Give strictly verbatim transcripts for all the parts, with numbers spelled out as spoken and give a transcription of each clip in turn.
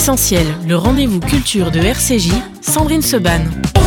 Essentiel, le rendez-vous culture de R C J, Sandrine Seban.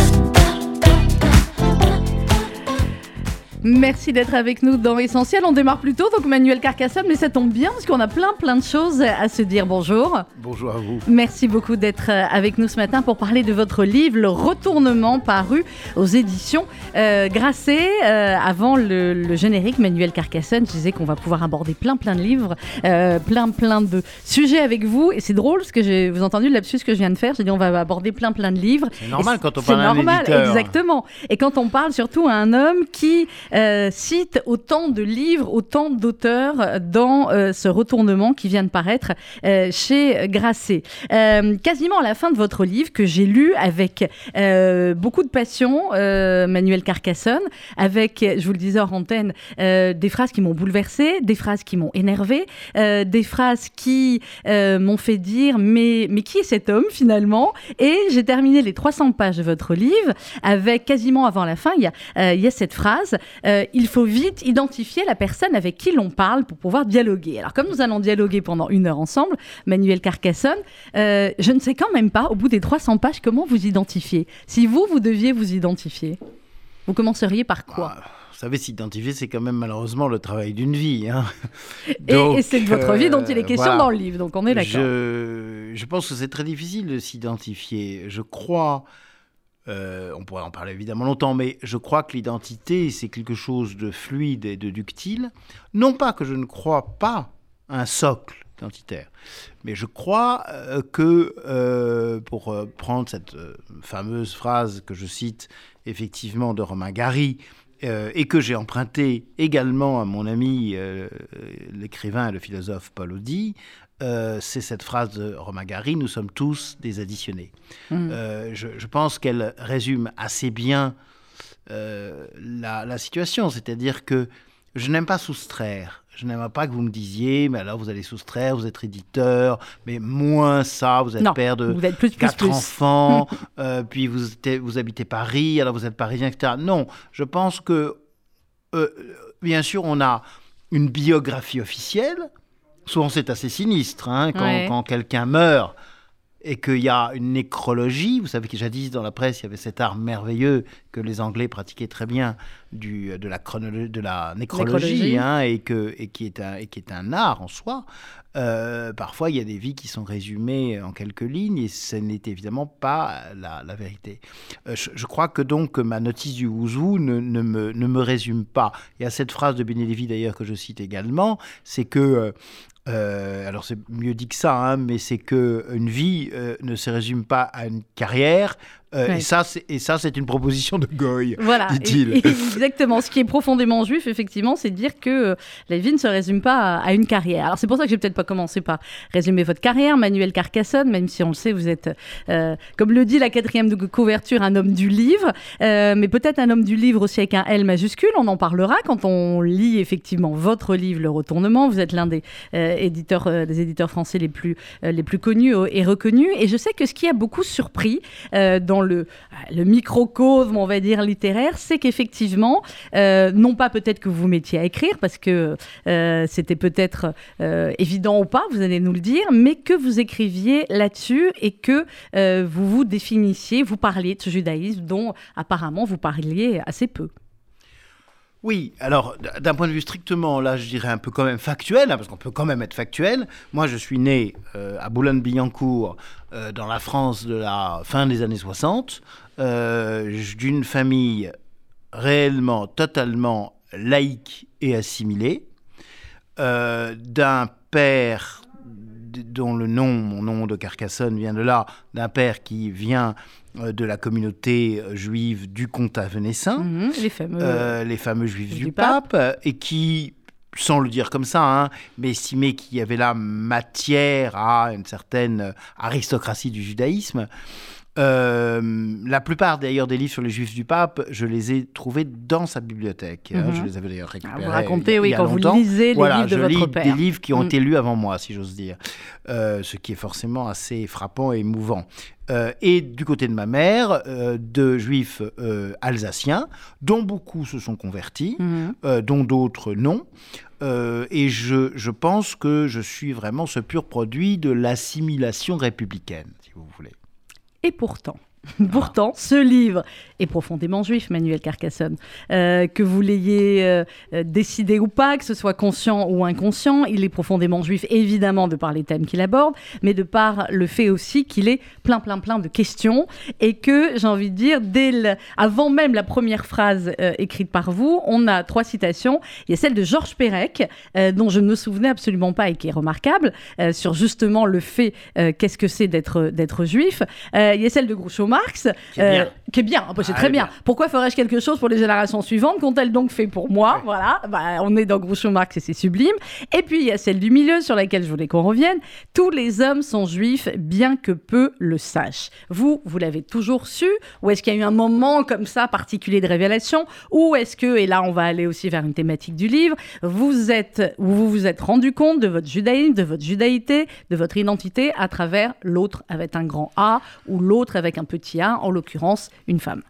Merci d'être avec nous dans Essentiel. On démarre plus tôt, donc Manuel Carcassonne, mais ça tombe bien parce qu'on a plein plein de choses à se dire. Bonjour. Bonjour à vous. Merci beaucoup d'être avec nous ce matin pour parler de votre livre, Le Retournement, paru aux éditions euh, Grasset. Euh, avant le, le générique, Manuel Carcassonne, je disais qu'on va pouvoir aborder plein plein de livres, euh, plein plein de sujets avec vous. Et c'est drôle parce que j'ai, vous avez entendu le lapsus que je viens de faire. J'ai dit on va aborder plein plein de livres. C'est normal quand on c'est parle à un normal, éditeur. Exactement. Et quand on parle surtout à un homme qui Euh, cite autant de livres, autant d'auteurs dans euh, ce retournement qui vient de paraître euh, chez Grasset. Euh, quasiment à la fin de votre livre, que j'ai lu avec euh, beaucoup de passion, euh, Manuel Carcassonne, avec, je vous le disais hors antenne, euh, des phrases qui m'ont bouleversée, des phrases qui m'ont énervée, euh, des phrases qui euh, m'ont fait dire mais, mais qui est cet homme finalement ? Et j'ai terminé les trois cents pages de votre livre avec quasiment avant la fin, il y a, euh, il y a cette phrase euh, il faut vite identifier la personne avec qui l'on parle pour pouvoir dialoguer. Alors, comme nous allons dialoguer pendant une heure ensemble, Manuel Carcassonne, euh, je ne sais quand même pas, au bout des trois cents pages, comment vous identifier. Si vous, vous deviez vous identifier, vous commenceriez par quoi ? Ah, vous savez, s'identifier, c'est quand même malheureusement le travail d'une vie. Hein. Et, donc, et c'est de votre vie dont il est question voilà. dans le livre, donc on est d'accord. Je, je pense que c'est très difficile de s'identifier. Je crois... Euh, on pourrait en parler évidemment longtemps, mais je crois que l'identité, c'est quelque chose de fluide et de ductile. Non pas que je ne crois pas à un socle identitaire, mais je crois euh, que, euh, pour euh, prendre cette euh, fameuse phrase que je cite effectivement de Romain Gary, euh, et que j'ai empruntée également à mon ami, euh, l'écrivain et le philosophe Paul Audy, Euh, c'est cette phrase de Romain Gary, nous sommes tous des additionnés. Mmh. Euh, je, je pense qu'elle résume assez bien euh, la, la situation, c'est-à-dire que je n'aime pas soustraire. Je n'aime pas que vous me disiez, mais alors vous allez soustraire, vous êtes éditeur, mais moins ça, vous êtes non, père de vous êtes plus, quatre plus, plus. enfants, euh, puis vous, êtes, vous habitez Paris, alors vous êtes parisien, et cetera. Non, je pense que, euh, bien sûr, on a une biographie officielle. Souvent, c'est assez sinistre, hein, quand, ouais. quand quelqu'un meurt et qu'il y a une nécrologie. Vous savez que jadis, dans la presse, il y avait cet art merveilleux que les Anglais pratiquaient très bien, du, de, la chronolo- de la nécrologie, hein, et, que, et, qui est un, et qui est un art en soi. Euh, parfois, il y a des vies qui sont résumées en quelques lignes et ce n'est évidemment pas la, la vérité. Euh, je, je crois que donc ma notice du Ouzou ne, ne, me, ne me résume pas. Il y a cette phrase de Benelli d'ailleurs que je cite également, c'est que... Euh, Euh, alors c'est mieux dit que ça, hein, mais c'est qu'une vie euh, ne se résume pas à une carrière. Euh, ouais. et, ça, c'est, et ça, c'est une proposition de Goy, voilà, dit-il. Et, et exactement. Ce qui est profondément juif, effectivement, c'est de dire que euh, la vie ne se résume pas à, à une carrière. Alors, c'est pour ça que je vais peut-être pas commencer par résumer votre carrière, Manuel Carcassonne, même si on le sait, vous êtes, euh, comme le dit la quatrième de couverture, un homme du livre, euh, mais peut-être un homme du livre aussi avec un L majuscule. On en parlera quand on lit effectivement votre livre, Le Retournement. Vous êtes l'un des, euh, éditeurs, euh, des éditeurs français les plus, euh, les plus connus et reconnus. Et je sais que ce qui a beaucoup surpris euh, dans le, le microcosme, on va dire, littéraire, c'est qu'effectivement, euh, non pas peut-être que vous vous mettiez à écrire, parce que euh, c'était peut-être euh, évident ou pas, vous allez nous le dire, mais que vous écriviez là-dessus et que euh, vous vous définissiez, vous parliez de ce judaïsme dont apparemment vous parliez assez peu. Oui, alors d'un point de vue strictement, là je dirais un peu quand même factuel, hein, parce qu'on peut quand même être factuel. Moi je suis né euh, à Boulogne-Billancourt, euh, dans la France de la fin des années soixante, euh, d'une famille réellement, totalement laïque et assimilée, euh, d'un père dont le nom, mon nom de Carcassonne vient de là, d'un père qui vient de la communauté juive du Comtat venessin, mmh, les fameux, euh, les fameux juifs du, du pape, pape, et qui, sans le dire comme ça, hein, mais estimait qu'il y avait là matière à une certaine aristocratie du judaïsme. Euh, la plupart d'ailleurs des livres sur les Juifs du pape, je les ai trouvés dans sa bibliothèque. Mm-hmm. Hein, je les avais d'ailleurs récupérés. Ah, vous racontez, oui, il y a quand longtemps. vous lisez les voilà, livres de votre lis père. Des livres qui ont mm. été lus avant moi, si j'ose dire. Euh, ce qui est forcément assez frappant et émouvant. Euh, et du côté de ma mère, euh, de juifs euh, alsaciens, dont beaucoup se sont convertis, mm-hmm. euh, dont d'autres non. Euh, et je, je pense que je suis vraiment ce pur produit de l'assimilation républicaine, si vous voulez. Et pourtant, pourtant, ce livre est profondément juif, Manuel Carcassonne. Euh, que vous l'ayez euh, décidé ou pas, que ce soit conscient ou inconscient, il est profondément juif, évidemment, de par les thèmes qu'il aborde, mais de par le fait aussi qu'il est plein, plein, plein de questions et que, j'ai envie de dire, dès le, avant même la première phrase euh, écrite par vous, on a trois citations. Il y a celle de Georges Perec, euh, dont je ne me souvenais absolument pas et qui est remarquable, euh, sur justement le fait euh, qu'est-ce que c'est d'être, d'être juif. Euh, il y a celle de Groucho Marx, qui est bien. Euh, qui est bien. Oh, bah, c'est ah, très bien. bien. Pourquoi ferais-je quelque chose pour les générations suivantes qu'ont-elles donc fait pour moi? Ouais. Voilà, bah, on est dans Groucho Marx et c'est sublime. Et puis il y a celle du milieu sur laquelle je voulais qu'on revienne. Tous les hommes sont juifs, bien que peu le sachent. Vous, vous l'avez toujours su? Ou est-ce qu'il y a eu un moment comme ça particulier de révélation? Ou est-ce que, et là on va aller aussi vers une thématique du livre, vous êtes, vous vous êtes rendu compte de votre judaïsme, de votre judaïté, de votre identité à travers l'autre avec un grand A ou l'autre avec un petit a, en l'occurrence une femme?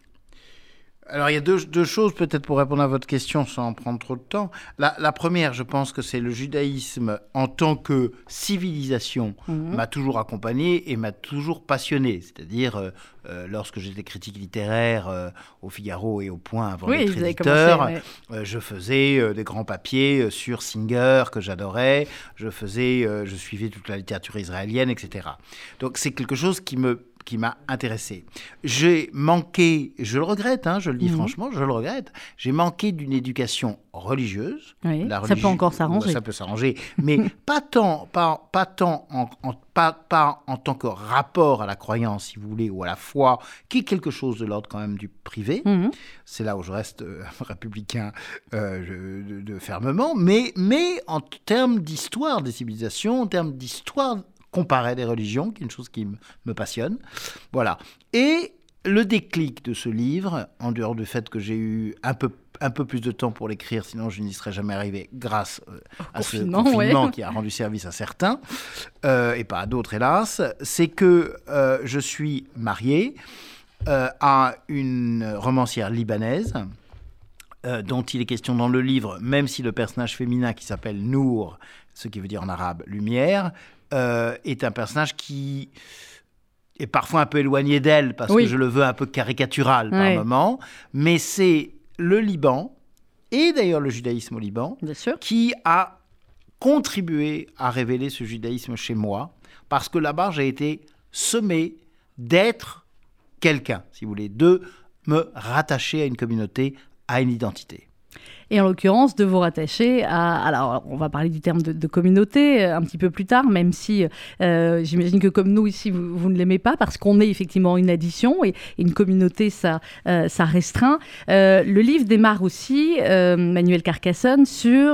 Alors, il y a deux, deux choses, peut-être, pour répondre à votre question sans prendre trop de temps. La, la première, je pense que c'est le judaïsme en tant que civilisation mmh. m'a toujours accompagné et m'a toujours passionné. C'est-à-dire, euh, euh, lorsque j'étais critique littéraire euh, au Figaro et au Point avant oui, d'être éditeur, commencé, ouais. euh, je faisais euh, des grands papiers sur Singer, que j'adorais. Je faisais, euh, je suivais toute la littérature israélienne, et cetera. Donc, c'est quelque chose qui me qui m'a intéressé. J'ai manqué, je le regrette, hein, je le dis mmh. franchement, je le regrette, j'ai manqué d'une éducation religieuse. Oui, la religi- ça peut encore s'arranger. Ça peut s'arranger, mais pas tant, pas, pas tant en, en, pas, pas en tant que rapport à la croyance, si vous voulez, ou à la foi, qui est quelque chose de l'ordre quand même du privé. Mmh. C'est là où je reste euh, républicain euh, je, de, de fermement, mais, mais en termes d'histoire des civilisations, en termes d'histoire comparer des religions, qui est une chose qui me, me passionne. Voilà. Et le déclic de ce livre, en dehors du fait que j'ai eu un peu, un peu plus de temps pour l'écrire, sinon je n'y serais jamais arrivé grâce euh, à ce confinement ouais. qui a rendu service à certains, euh, et pas à d'autres hélas, c'est que euh, je suis marié euh, à une romancière libanaise, euh, dont il est question dans le livre, même si le personnage féminin qui s'appelle Nour, ce qui veut dire en arabe lumière, Euh, est un personnage qui est parfois un peu éloigné d'elle, parce oui. que je le veux un peu caricatural oui. par moments, mais c'est le Liban, et d'ailleurs le judaïsme au Liban, qui a contribué à révéler ce judaïsme chez moi, parce que là-bas j'ai été semé d'être quelqu'un, si vous voulez, de me rattacher à une communauté, à une identité. Et en l'occurrence, de vous rattacher à... Alors, on va parler du terme de, de communauté un petit peu plus tard, même si euh, j'imagine que comme nous ici, vous, vous ne l'aimez pas, parce qu'on est effectivement une addition, et une communauté, ça, euh, ça restreint. Euh, le livre démarre aussi, euh, Manuel Carcassonne, sur,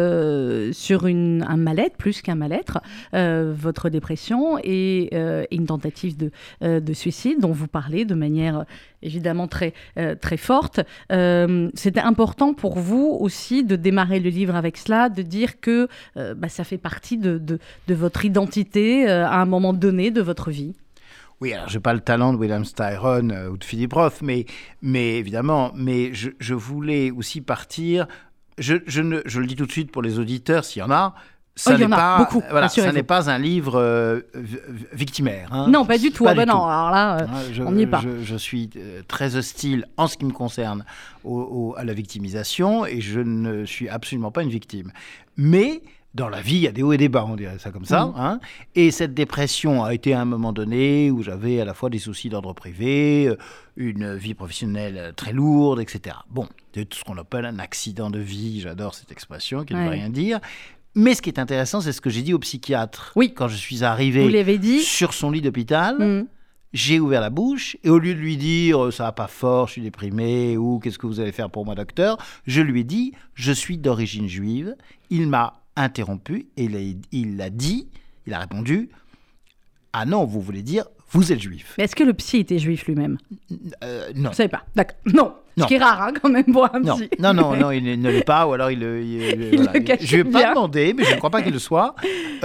euh, sur une, un mal-être, plus qu'un mal-être, euh, votre dépression et, euh, et une tentative de, euh, de suicide, dont vous parlez de manière évidemment très, euh, très forte. Euh, c'était important pour vous aussi de démarrer le livre avec cela, de dire que euh, bah, ça fait partie de, de, de votre identité euh, à un moment donné de votre vie. Oui, alors je n'ai pas le talent de William Styron euh, ou de Philippe Roth, mais, mais évidemment, mais je, je voulais aussi partir, je, je, ne, je le dis tout de suite pour les auditeurs, s'il y en a, ça, oh, n'est pas, beaucoup, voilà, ça n'est pas un livre euh, victimaire. Hein. Non, pas du tout. Pas ah ben du non, tout. Alors là, euh, je, on n'y est pas. Je, je suis très hostile en ce qui me concerne au, au, à la victimisation, et je ne suis absolument pas une victime. Mais dans la vie, il y a des hauts et des bas, on dirait ça comme ça. Mmh. Hein. Et cette dépression a été à un moment donné où j'avais à la fois des soucis d'ordre privé, une vie professionnelle très lourde, et cetera. Bon, c'est tout ce qu'on appelle un accident de vie. J'adore cette expression qui ne ouais. veut rien dire. Mais ce qui est intéressant, c'est ce que j'ai dit au psychiatre. Oui. Quand je suis arrivé dit. sur son lit d'hôpital, mmh. j'ai ouvert la bouche et au lieu de lui dire « ça va pas fort, je suis déprimé » ou « qu'est-ce que vous allez faire pour moi, docteur ?» je lui ai dit « je suis d'origine juive ». Il m'a interrompu et il a, il a dit, il a répondu « ah non, vous voulez dire vous êtes juif. Mais est-ce que le psy était juif lui-même ? euh, Non. Vous ne savez pas, d'accord. Non. Non. Ce qui est rare, hein, quand même, pour un Non, psy. non, non, non, il ne l'est pas, ou alors il, il, il, Il voilà. le cache Je ne vais pas bien. demander, mais je ne crois pas qu'il le soit.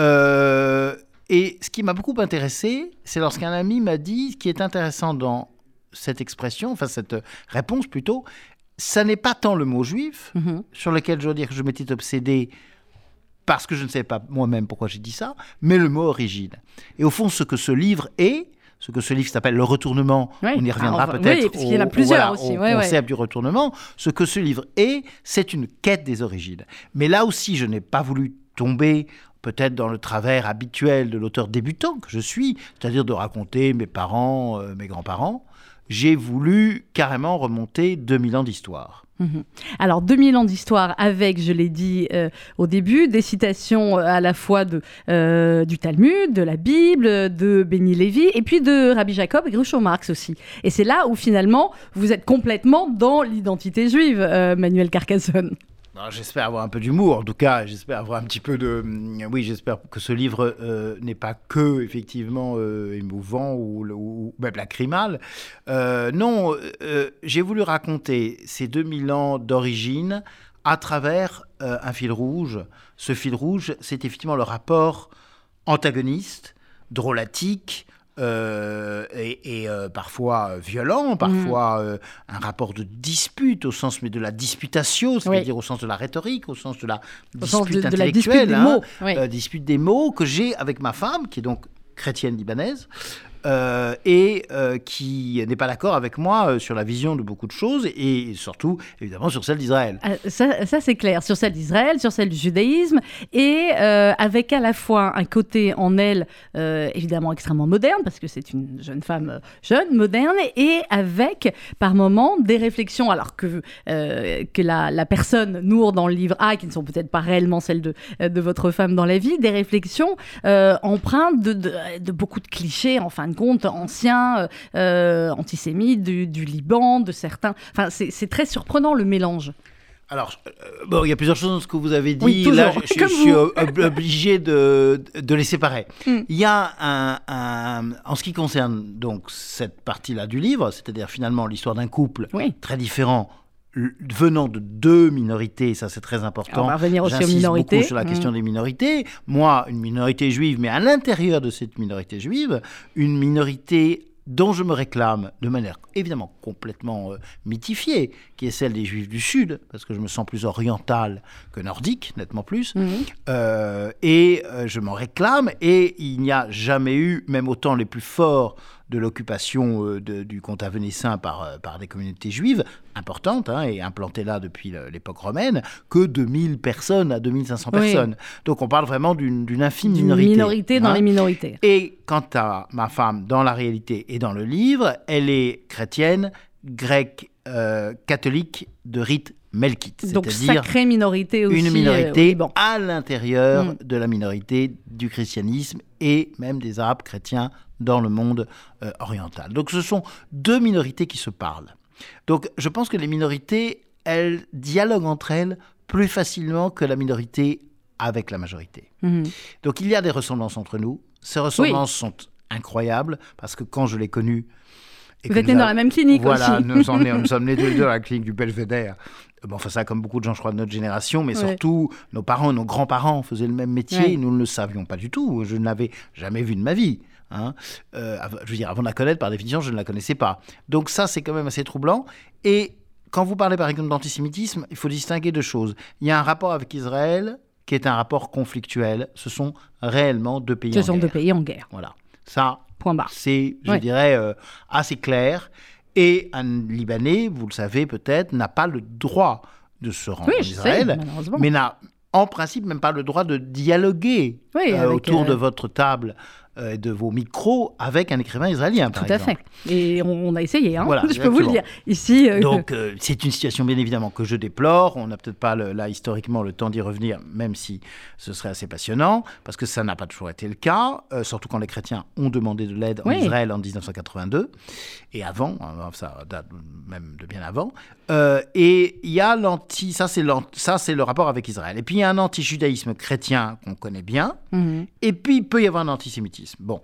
Euh, et ce qui m'a beaucoup intéressé, c'est lorsqu'un ami m'a dit, ce qui est intéressant dans cette expression, enfin cette réponse plutôt, ça n'est pas tant le mot juif, Mhm. sur lequel je dois dire que je m'étais obsédé parce que je ne savais pas moi-même pourquoi j'ai dit ça, mais le mot origine. Et au fond, ce que ce livre est, ce que ce livre s'appelle Le Retournement, Oui. on y reviendra Ah, on va- peut-être oui, parce qu'il y en a au, plusieurs au- aussi, au ouais, ouais. concept du retournement, ce que ce livre est, c'est une quête des origines. Mais là aussi, je n'ai pas voulu tomber peut-être dans le travers habituel de l'auteur débutant que je suis, c'est-à-dire de raconter mes parents, euh, mes grands-parents. J'ai voulu carrément remonter deux mille ans d'histoire. Mhm. Alors, deux mille ans d'histoire avec, je l'ai dit euh, au début, des citations euh, à la fois de, euh, du Talmud, de la Bible, de Béni Lévy, et puis de Rabbi Jacob et Groucho Marx aussi. Et c'est là où finalement, vous êtes complètement dans l'identité juive, euh, Manuel Carcassonne. Alors, j'espère avoir un peu d'humour, en tout cas, j'espère avoir un petit peu de... Oui, j'espère que ce livre euh, n'est pas que, effectivement, euh, émouvant ou, ou même lacrymal. Euh, non, euh, j'ai voulu raconter ces deux mille ans d'origine à travers euh, un fil rouge. Ce fil rouge, c'est effectivement le rapport antagoniste, drôlatique, Euh, et, et euh, parfois euh, violent, parfois euh, un rapport de dispute au sens mais de la disputatio, c'est-à-dire Oui. au sens de la rhétorique, au sens de la Au sens dispute de, de la intellectuelle, dispute des hein, mots. Oui. euh, dispute des mots que j'ai avec ma femme, qui est donc chrétienne libanaise, euh, et euh, qui n'est pas d'accord avec moi euh, sur la vision de beaucoup de choses, et surtout, évidemment, sur celle d'Israël. Euh, Ça, ça, c'est clair, sur celle d'Israël, sur celle du judaïsme, et euh, avec à la fois un côté en elle, euh, évidemment extrêmement moderne, parce que c'est une jeune femme euh, jeune, moderne, et avec, par moments, des réflexions, alors que, euh, que la, la personne, Nour, dans le livre A, qui ne sont peut-être pas réellement celles de, de votre femme dans la vie, des réflexions euh, empreintes de, de, de beaucoup de clichés, en fin de compte, anciens, euh, antisémites, du, du Liban, de certains... Enfin, c'est, c'est très surprenant, le mélange. Alors, euh, bon, il y a plusieurs choses dans ce que vous avez dit. Oui, toujours, Là, je, je- comme je suis vous. ob- obligé de, de les séparer. Mm. Il y a un, un- en ce qui concerne donc cette partie-là du livre, c'est-à-dire finalement l'histoire d'un couple Oui. très différent, l- venant de deux minorités, ça c'est très important. On va revenir aussi aux J'insiste minorités. beaucoup sur la Mm. question des minorités. Moi, une minorité juive, mais à l'intérieur de cette minorité juive, une minorité dont je me réclame de manière évidemment complètement euh, mythifiée, qui est celle des Juifs du Sud, parce que je me sens plus oriental que nordique, nettement plus, Mhm. euh, et euh, je m'en réclame, et il n'y a jamais eu, même au temps les plus forts de l'occupation euh, de- du comtat venessin par, euh, par des communautés juives importantes, hein, et implantées là depuis le- l'époque romaine, que deux mille personnes à deux mille cinq cents Oui. personnes. Donc on parle vraiment d'une d'une infime D'une minorité. minorité dans hein. les minorités. Et quant à ma femme, dans la réalité et dans le livre, elle est chrétienne, grecque, euh, catholique de rite melkite. Donc C'est-à-dire sacrée minorité aussi. une euh, au minorité Liban. à l'intérieur Mm. de la minorité du christianisme et même des arabes chrétiens dans le monde euh, oriental. Donc ce sont deux minorités qui se parlent. Donc je pense que les minorités, elles dialoguent entre elles plus facilement que la minorité avec la majorité. Mhm. Donc il y a des ressemblances entre nous. Ces ressemblances sont incroyables parce que quand je l'ai connue... et Vous que êtes nous nés dans avons- la même clinique Voilà, aussi. nous, sommes nés, nous sommes nés tous les deux à la clinique du Belvédère. Bon, enfin ça, comme beaucoup de gens, je crois, de notre génération, mais Ouais. surtout, nos parents et nos grands-parents faisaient le même métier. Ouais. Nous ne le savions pas du tout. Je ne l'avais jamais vu de ma vie. Hein. Euh, av- je veux dire, avant de la connaître, par définition, je ne la connaissais pas. Donc ça, c'est quand même assez troublant. Et quand vous parlez, par exemple, d'antisémitisme, il faut distinguer deux choses. Il y a un rapport avec Israël qui est un rapport conflictuel. Ce sont réellement deux pays Ce en sont guerre. deux pays en guerre. Voilà. Ça, Point barre. c'est, je Ouais. dirais, euh, assez clair. Et un Libanais, vous le savez peut-être, n'a pas le droit de se rendre Oui, en je sais, Israël, malheureusement. mais n'a en principe même pas le droit de dialoguer Oui, euh, avec, autour euh, de votre table euh, et de vos micros avec un écrivain israélien, par Tout à exemple. fait. Et on, on a essayé, hein. Voilà, je peux vous le exactement. dire. Ici, euh, Donc, euh, c'est une situation, bien évidemment, que je déplore. On n'a peut-être pas, le- là, historiquement, le temps d'y revenir, même si ce serait assez passionnant, parce que ça n'a pas toujours été le cas, euh, surtout quand les chrétiens ont demandé de l'aide en Oui. Israël en dix-neuf cent quatre-vingt-deux, et avant, hein, ça date même de bien avant. Euh, et il y a l'anti... Ça, c'est l'an- ça, c'est le rapport avec Israël. Et puis, il y a un anti-judaïsme chrétien qu'on connaît bien, mhm. et puis, il peut y avoir un antisémitisme. Bon.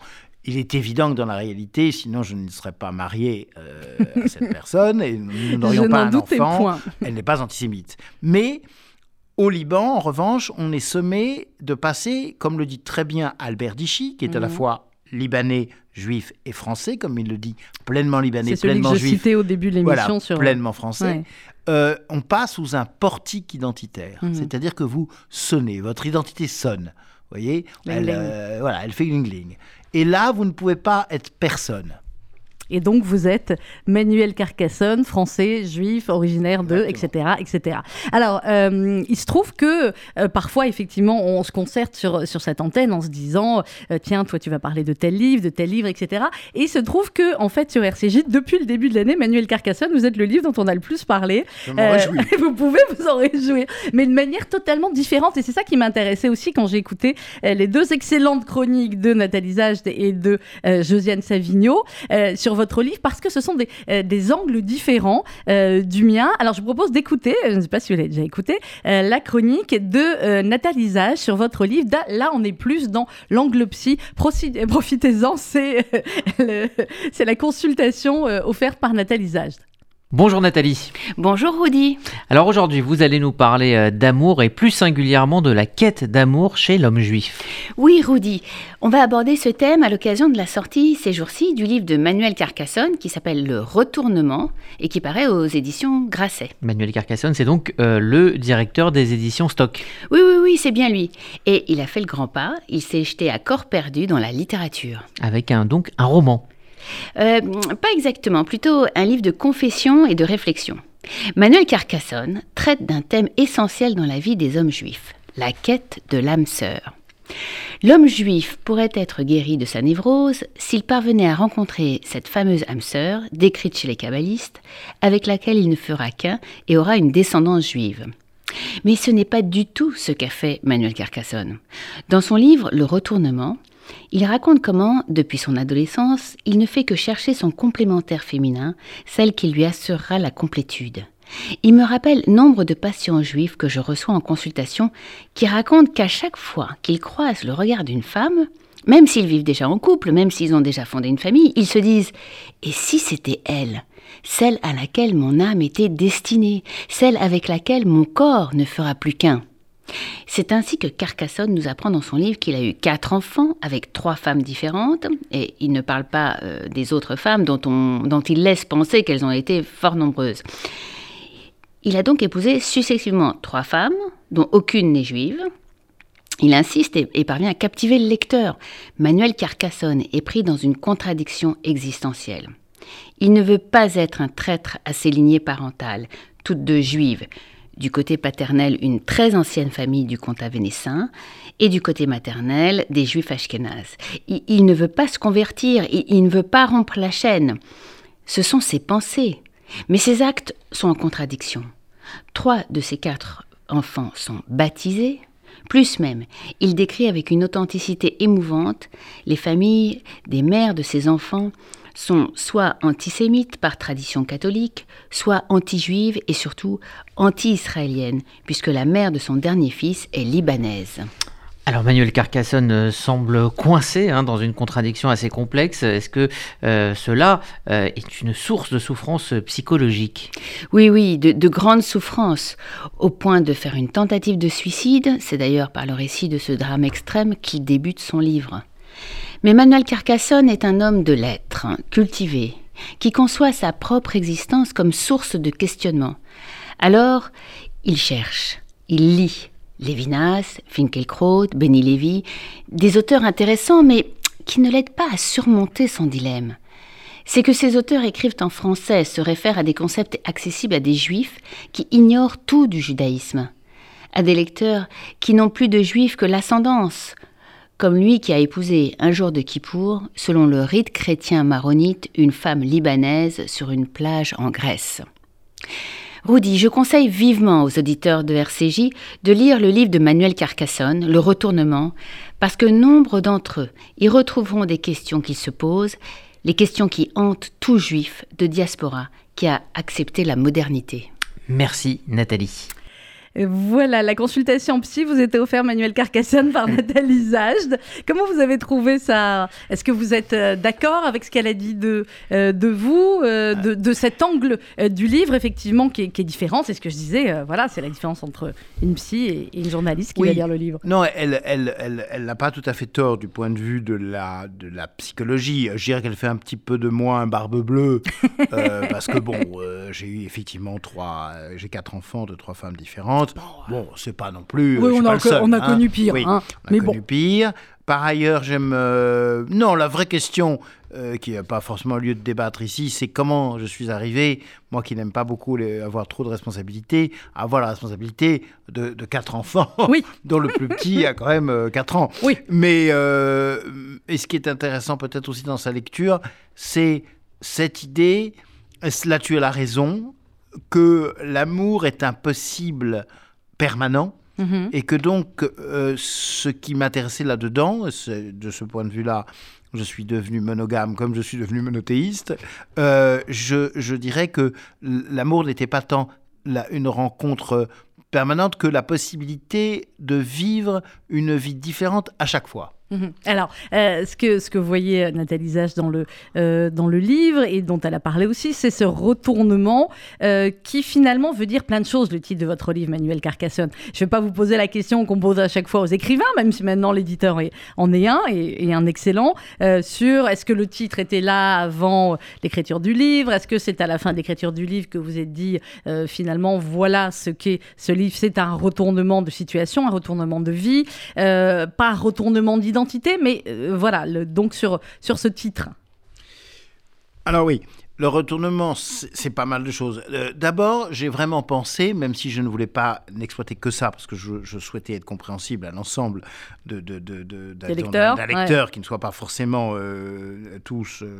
il est évident que dans la réalité, sinon je ne serais pas marié euh, à cette personne et nous n'aurions pas un enfant. Point. Elle n'est pas antisémite. Mais au Liban, en revanche, on est sommé de passer, comme le dit très bien Albert Dichy, qui est mmh. à la fois libanais, juif et français, comme il le dit, pleinement libanais, C'est pleinement celui que juif. Je citais au début de l'émission. Voilà, sur... pleinement français. Ouais. Euh, on passe sous un portique identitaire. Mmh. C'est-à-dire que vous sonnez, votre identité sonne. Vous voyez, elle, euh, voilà, elle fait gling-gling. Et là, vous ne pouvez pas être personne. Et donc, vous êtes Manuel Carcassonne, français, juif, originaire de, Exactement. et cetera, et cetera. Alors, euh, il se trouve que euh, parfois, effectivement, on se concerte sur, sur cette antenne en se disant euh, tiens, toi, tu vas parler de tel livre, de tel livre, et cetera. Et il se trouve que, en fait, sur R C J, depuis le début de l'année, Manuel Carcassonne, vous êtes le livre dont on a le plus parlé. Je m'en réjouis. Euh, vous pouvez vous en réjouir, mais de manière totalement différente. Et c'est ça qui m'intéressait aussi quand j'ai écouté euh, les deux excellentes chroniques de Nathalie Zajde et de euh, Josiane Savigno euh, sur votre livre, parce que ce sont des, euh, des angles différents euh, du mien. Alors, je vous propose d'écouter, je ne sais pas si vous l'avez déjà écouté, euh, la chronique de euh, Nathalie Zajde sur votre livre. Là, on est plus dans l'angle psy. Proci- profitez-en, c'est, euh, le, c'est la consultation euh, offerte par Nathalie Zajde. Bonjour Nathalie. Bonjour Rudy. Alors aujourd'hui, vous allez nous parler d'amour et plus singulièrement de la quête d'amour chez l'homme juif. Oui Rudy, on va aborder ce thème à l'occasion de la sortie ces jours-ci du livre de Manuel Carcassonne qui s'appelle Le Retournement et qui paraît aux éditions Grasset. Manuel Carcassonne, c'est donc euh, le directeur des éditions Stock. Oui, oui, oui, c'est bien lui. Et il a fait le grand pas, il s'est jeté à corps perdu dans la littérature. Avec un, donc un roman. Euh, pas exactement, plutôt un livre de confession et de réflexion. Manuel Carcassonne traite d'un thème essentiel dans la vie des hommes juifs, la quête de l'âme sœur. L'homme juif pourrait être guéri de sa névrose s'il parvenait à rencontrer cette fameuse âme sœur, décrite chez les kabbalistes, avec laquelle il ne fera qu'un et aura une descendance juive. Mais ce n'est pas du tout ce qu'a fait Manuel Carcassonne. Dans son livre « Le Retournement », il raconte comment, depuis son adolescence, il ne fait que chercher son complémentaire féminin, celle qui lui assurera la complétude. Il me rappelle nombre de patients juifs que je reçois en consultation qui racontent qu'à chaque fois qu'ils croisent le regard d'une femme, même s'ils vivent déjà en couple, même s'ils ont déjà fondé une famille, ils se disent « Et si c'était elle ? Celle à laquelle mon âme était destinée, celle avec laquelle mon corps ne fera plus qu'un ?» C'est ainsi que Carcassonne nous apprend dans son livre qu'il a eu quatre enfants avec trois femmes différentes, et il ne parle pas euh, des autres femmes dont, on, dont il laisse penser qu'elles ont été fort nombreuses. Il a donc épousé successivement trois femmes, dont aucune n'est juive. Il insiste et, et parvient à captiver le lecteur. Manuel Carcassonne est pris dans une contradiction existentielle. Il ne veut pas être un traître à ses lignées parentales, toutes deux juives. Du côté paternel, une très ancienne famille du comtat vénessin, et du côté maternel, des juifs ashkénazes. Il, il ne veut pas se convertir, il, il ne veut pas rompre la chaîne. Ce sont ses pensées, mais ses actes sont en contradiction. Trois de ses quatre enfants sont baptisés, plus même, il décrit avec une authenticité émouvante les familles des mères de ses enfants sont soit antisémites par tradition catholique, soit anti-juives et surtout anti-israéliennes, puisque la mère de son dernier fils est libanaise. Alors Manuel Carcassonne euh, semble coincé hein, dans une contradiction assez complexe. Est-ce que euh, cela euh, est une source de souffrance psychologique ? Oui, oui, de, de grandes souffrances, au point de faire une tentative de suicide. C'est d'ailleurs par le récit de ce drame extrême qu'il débute son livre. Mais Manuel Carcassonne est un homme de lettres, cultivé, qui conçoit sa propre existence comme source de questionnement. Alors, il cherche, il lit Lévinas, Finkielkraut, Benny Lévy, des auteurs intéressants mais qui ne l'aident pas à surmonter son dilemme. C'est que ces auteurs écrivent en français, se réfèrent à des concepts accessibles à des juifs qui ignorent tout du judaïsme, à des lecteurs qui n'ont plus de juifs que l'ascendance, comme lui qui a épousé un jour de Kippour, selon le rite chrétien maronite, une femme libanaise sur une plage en Grèce. Rudy, je conseille vivement aux auditeurs de R C J de lire le livre de Manuel Carcassonne, Le Retournement, parce que nombre d'entre eux y retrouveront des questions qu'ils se posent, les questions qui hantent tout juif de diaspora qui a accepté la modernité. Merci Nathalie. Et voilà, la consultation psy vous était offerte, Manuel Carcassonne, par Nathalie Zajd. Comment vous avez trouvé ça ? Est-ce que vous êtes euh, d'accord avec ce qu'elle a dit de, euh, de vous, euh, de, de cet angle euh, du livre, effectivement, qui est, qui est différent ? C'est ce que je disais, euh, voilà, c'est la différence entre une psy et, et une journaliste qui oui. va lire le livre. Non, elle, elle, elle, elle n'a pas tout à fait tort du point de vue de la, de la psychologie. Je dirais qu'elle fait un petit peu de moi un barbe bleue, euh, parce que bon, euh, j'ai eu effectivement trois, euh, j'ai quatre enfants de trois femmes différentes. Bon, c'est pas non plus. Oui, euh, on, a, pas le seul, on a hein. connu pire. Oui, Hein. on a Mais connu bon. pire. Par ailleurs, j'aime. Euh, non, la vraie question, euh, qui n'a pas forcément lieu de débattre ici, c'est comment je suis arrivé, moi qui n'aime pas beaucoup les, avoir trop de responsabilités, à avoir la responsabilité de, de quatre enfants, Oui. dont le plus petit a quand même euh, quatre ans. Oui. Mais euh, et ce qui est intéressant peut-être aussi dans sa lecture, c'est cette idée, là tu as la raison, que l'amour est impossible permanent. Mm-hmm. Et que donc, euh, ce qui m'intéressait là-dedans, c'est, de ce point de vue-là, je suis devenu monogame comme je suis devenu monothéiste, euh, je, je dirais que l'amour n'était pas tant la, une rencontre permanente que la possibilité de vivre une vie différente à chaque fois. Mmh. Alors, euh, ce, que, ce que voyait Nathalie Zajd dans le, euh, dans le livre et dont elle a parlé aussi, c'est ce retournement euh, qui finalement veut dire plein de choses, le titre de votre livre, Manuel Carcassonne. Je ne vais pas vous poser la question qu'on pose à chaque fois aux écrivains, même si maintenant l'éditeur est, en est un, et, et un excellent, euh, sur est-ce que le titre était là avant l'écriture du livre, est-ce que c'est à la fin de l'écriture du livre que vous êtes dit, euh, finalement, voilà ce qu'est ce livre, c'est un retournement de situation, un retournement de vie, euh, pas un retournement d'identité, mais euh, voilà, le, donc sur, sur ce titre. Alors oui, le retournement, c'est, c'est pas mal de choses. Euh, d'abord, j'ai vraiment pensé, même si je ne voulais pas n'exploiter que ça, parce que je, je souhaitais être compréhensible à l'ensemble de, de, de, de, d'un, lecteurs, d'un lecteur ouais. qui ne soit pas forcément euh, tous... Euh,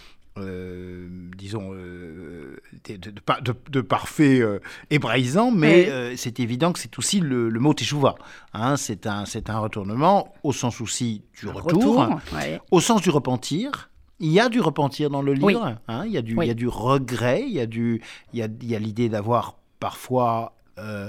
Euh, disons, euh, de, de, de, de parfaits euh, hébraïsants, mais oui. euh, c'est évident que c'est aussi le, le mot teshuva. Hein, c'est, un, c'est un retournement au sens aussi du retour, retour ouais. au sens du repentir. Il y a du repentir dans le livre, oui. hein, il, y a du, oui. il y a du regret, il y a, du, il y a, il y a l'idée d'avoir parfois, euh,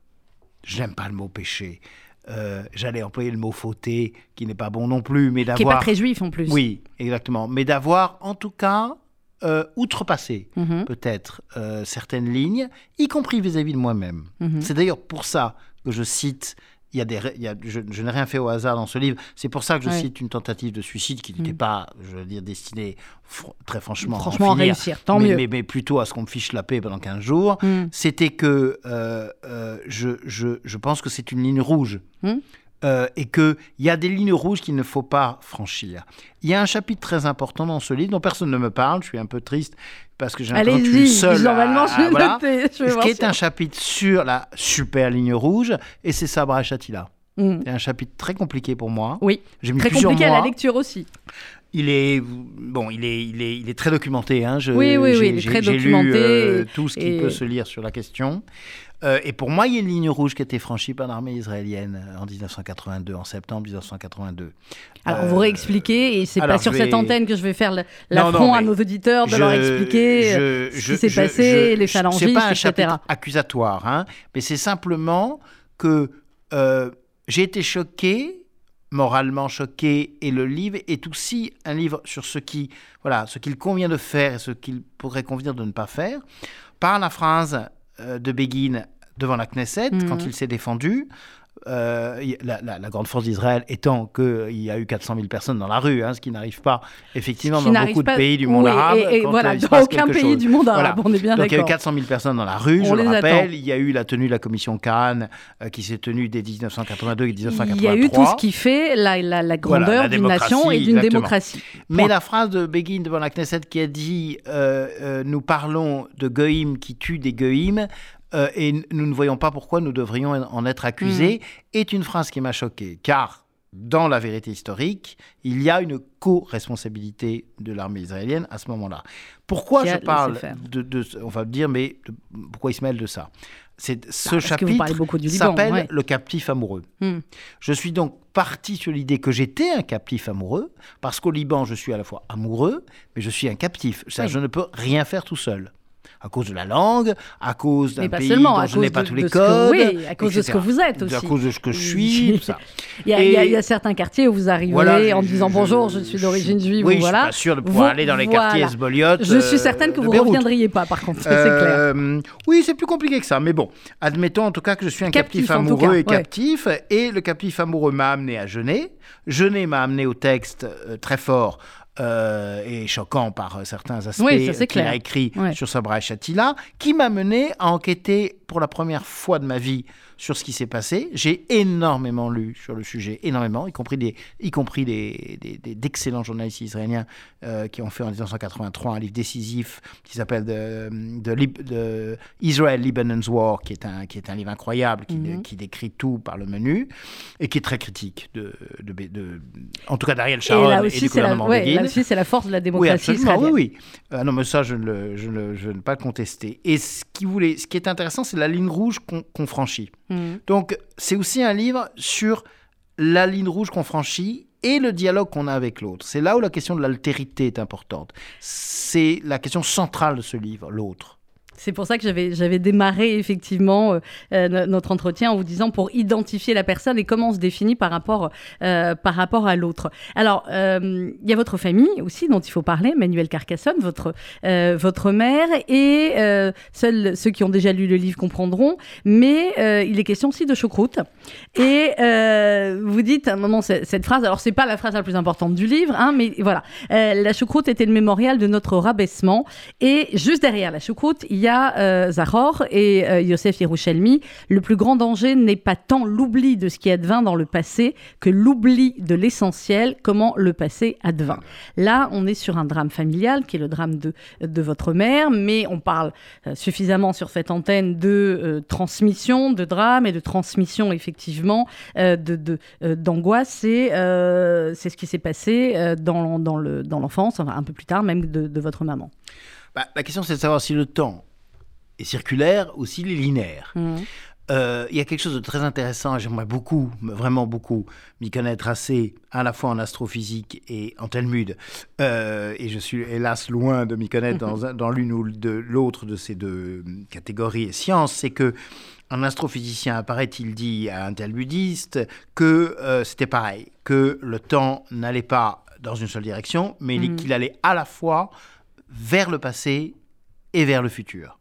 j'aime pas le mot péché, Euh, j'allais employer le mot fauté, qui n'est pas bon non plus, mais d'avoir... Qui n'est pas très juif en plus. Oui, exactement. Mais d'avoir, en tout cas, euh, outrepassé, mm-hmm. peut-être, euh, certaines lignes, y compris vis-à-vis de moi-même. Mm-hmm. C'est d'ailleurs pour ça que je cite... Il y a des, il y a, je, je n'ai rien fait au hasard dans ce livre. C'est pour ça que je ouais. cite une tentative de suicide qui n'était mmh. pas, je veux dire, destinée fr- très franchement, franchement à en finir, réussir, tant mais, mieux. Mais, mais plutôt à ce qu'on me fiche la paix pendant quinze jours. Mmh. C'était que euh, euh, je, je, je pense que c'est une ligne rouge. Mmh. Euh, et qu'il y a des lignes rouges qu'il ne faut pas franchir. Il y a un chapitre très important dans ce livre dont personne ne me parle. Je suis un peu triste parce que j'ai l'impression que je suis seul. Normalement, à, je vais voilà. noter. Je vais Ce qui est sûr. un chapitre sur la super ligne rouge, et c'est Sabra et Shatila. Mm. C'est un chapitre très compliqué pour moi. Oui, j'ai mis très compliqué mois. à la lecture aussi. Il est, bon, il est, il est, il est très documenté. Hein. Je, oui, oui, j'ai, oui, il est j'ai, très j'ai documenté. Lu, euh, tout ce qui et... peut se lire sur la question. Euh, et pour moi, il y a une ligne rouge qui a été franchie par l'armée israélienne en dix-neuf cent quatre-vingt-deux, en septembre dix-neuf cent quatre-vingt-deux. Alors, euh, vous réexpliquez, et c'est pas sur vais... cette antenne que je vais faire l'affront à nos auditeurs de je, leur expliquer je, ce je, qui s'est je, passé, je, les phalangistes, et cetera. C'est pas un et cetera. chapitre accusatoire, hein, mais c'est simplement que euh, j'ai été choqué, moralement choqué, et le livre est aussi un livre sur ce qui, voilà, ce qu'il convient de faire et ce qu'il pourrait convenir de ne pas faire, par la phrase euh, de Begin devant la Knesset, mmh. quand il s'est défendu, euh, la, la, la grande force d'Israël étant qu'il y a eu quatre cent mille personnes dans la rue, hein, ce qui n'arrive pas effectivement qui dans beaucoup pas... de pays du monde oui, arabe. Et, et quand voilà, il se dans passe aucun pays chose. du monde arabe, voilà. on est bien Donc d'accord. il y a eu quatre cent mille personnes dans la rue, on je le rappelle. attend. Il y a eu la tenue de la commission Cannes euh, qui s'est tenue dès dix-neuf cent quatre-vingt-deux et dix-neuf cent quatre-vingt-trois. Il y a eu tout ce qui fait la, la, la grandeur voilà, la d'une nation et d'une exactement. démocratie. Mais Point. La phrase de Begin devant la Knesset qui a dit euh, euh, nous parlons de Goïm qui tuent des Goïm, Euh, et nous ne voyons pas pourquoi nous devrions en être accusés, mmh. est une phrase qui m'a choqué, car dans la vérité historique, il y a une co-responsabilité de l'armée israélienne à ce moment-là. Pourquoi je parle de, de, on va dire, mais de, pourquoi il se mêle de ça ? C'est, ce bah, chapitre Liban, s'appelle ouais. Le captif amoureux. Mmh. Je suis donc parti sur l'idée que j'étais un captif amoureux, parce qu'au Liban, je suis à la fois amoureux, mais je suis un captif. Ça, oui. Je ne peux rien faire tout seul. À cause de la langue, à cause d'un pays seulement, dont je n'ai pas de, tous les de codes. Que, oui, à cause et cetera. De ce que vous êtes aussi. À cause de ce que je suis, tout ça. Il y, a, et... il, y a, il y a certains quartiers où vous arrivez voilà, en je, disant je, bonjour, je suis d'origine juive. Oui, voilà. je suis pas sûr de pouvoir vous, aller dans les quartiers voilà. Esboliot. Je suis certaine que vous ne reviendriez pas, par contre, euh, c'est clair. Oui, c'est plus compliqué que ça, mais bon. Admettons en tout cas que je suis un captif, captif amoureux cas, et captif, ouais. Et le captif amoureux m'a amené à Genet. Genet m'a amené au texte euh, très fort euh, et choquant par euh, certains aspects oui, qu'il clair. a écrit ouais. sur Sabra et Shatila, qui m'a mené à enquêter pour la première fois de ma vie sur ce qui s'est passé. J'ai énormément lu sur le sujet, énormément, y compris, des, y compris des, des, des, d'excellents journalistes israéliens euh, qui ont fait en dix-neuf cent quatre-vingt-trois un livre décisif qui s'appelle de, de, de Israel-Lebanon's War, qui est, un, qui est un livre incroyable, qui, mm-hmm. de, qui décrit tout par le menu, et qui est très critique, de, de, de, de, en tout cas d'Ariel Sharon et, et du gouvernement la, Begin. Ouais, là aussi, c'est la force de la démocratie oui, israélienne. Oui, oui. Euh, non, mais ça, je ne, le, je, ne, je ne pas le contester. Et ce qui, voulait, ce qui est intéressant, c'est la ligne rouge qu'on, qu'on franchit. Mmh. Donc, c'est aussi un livre sur la ligne rouge qu'on franchit et le dialogue qu'on a avec l'autre. C'est là où la question de l'altérité est importante. C'est la question centrale de ce livre, l'autre. C'est pour ça que j'avais, j'avais démarré effectivement euh, notre entretien en vous disant pour identifier la personne et comment on se définit par rapport, euh, par rapport à l'autre. Alors, il euh, y a votre famille aussi dont il faut parler, Manuel Carcassonne, votre, euh, votre mère, et euh, seuls ceux qui ont déjà lu le livre comprendront, mais euh, il est question aussi de choucroute. Et euh, vous dites à un moment cette phrase, alors c'est pas la phrase la plus importante du livre, hein, mais voilà, euh, la choucroute était le mémorial de notre rabaissement, et juste derrière la choucroute, il y a Il y a euh, Zahor et euh, Yosef Yerushalmi. Le plus grand danger n'est pas tant l'oubli de ce qui advint dans le passé que l'oubli de l'essentiel, comment le passé advint. Là, on est sur un drame familial qui est le drame de, de votre mère, mais on parle euh, suffisamment sur cette antenne de euh, transmission, de drame et de transmission, effectivement, euh, de, de, euh, d'angoisse. C'est, euh, c'est ce qui s'est passé euh, dans, dans, le, dans l'enfance, enfin, un peu plus tard même, de, de votre maman. Bah, la question, c'est de savoir si le temps est circulaire ou s'il est linéaire. Mmh. Euh, il y a quelque chose de très intéressant, et j'aimerais beaucoup, vraiment beaucoup, m'y connaître assez, à la fois en astrophysique et en Talmud. Euh, et je suis hélas loin de m'y connaître dans, dans l'une ou de l'autre de ces deux catégories et sciences. C'est que un astrophysicien, paraît-il, dit à un talmudiste que euh, c'était pareil, que le temps n'allait pas dans une seule direction, mais mmh. qu'il allait à la fois vers le passé et vers le futur.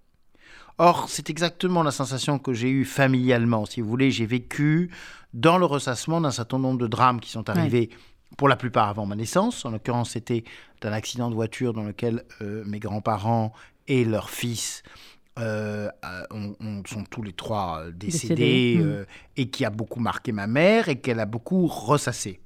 Or, c'est exactement la sensation que j'ai eue familialement, si vous voulez. J'ai vécu dans le ressassement d'un certain nombre de drames qui sont arrivés, ouais. pour la plupart avant ma naissance. En l'occurrence, c'était d'un accident de voiture dans lequel euh, mes grands-parents et leur fils euh, on, on sont tous les trois décédés, décédés. Euh, mmh. et qui a beaucoup marqué ma mère et qu'elle a beaucoup ressassé.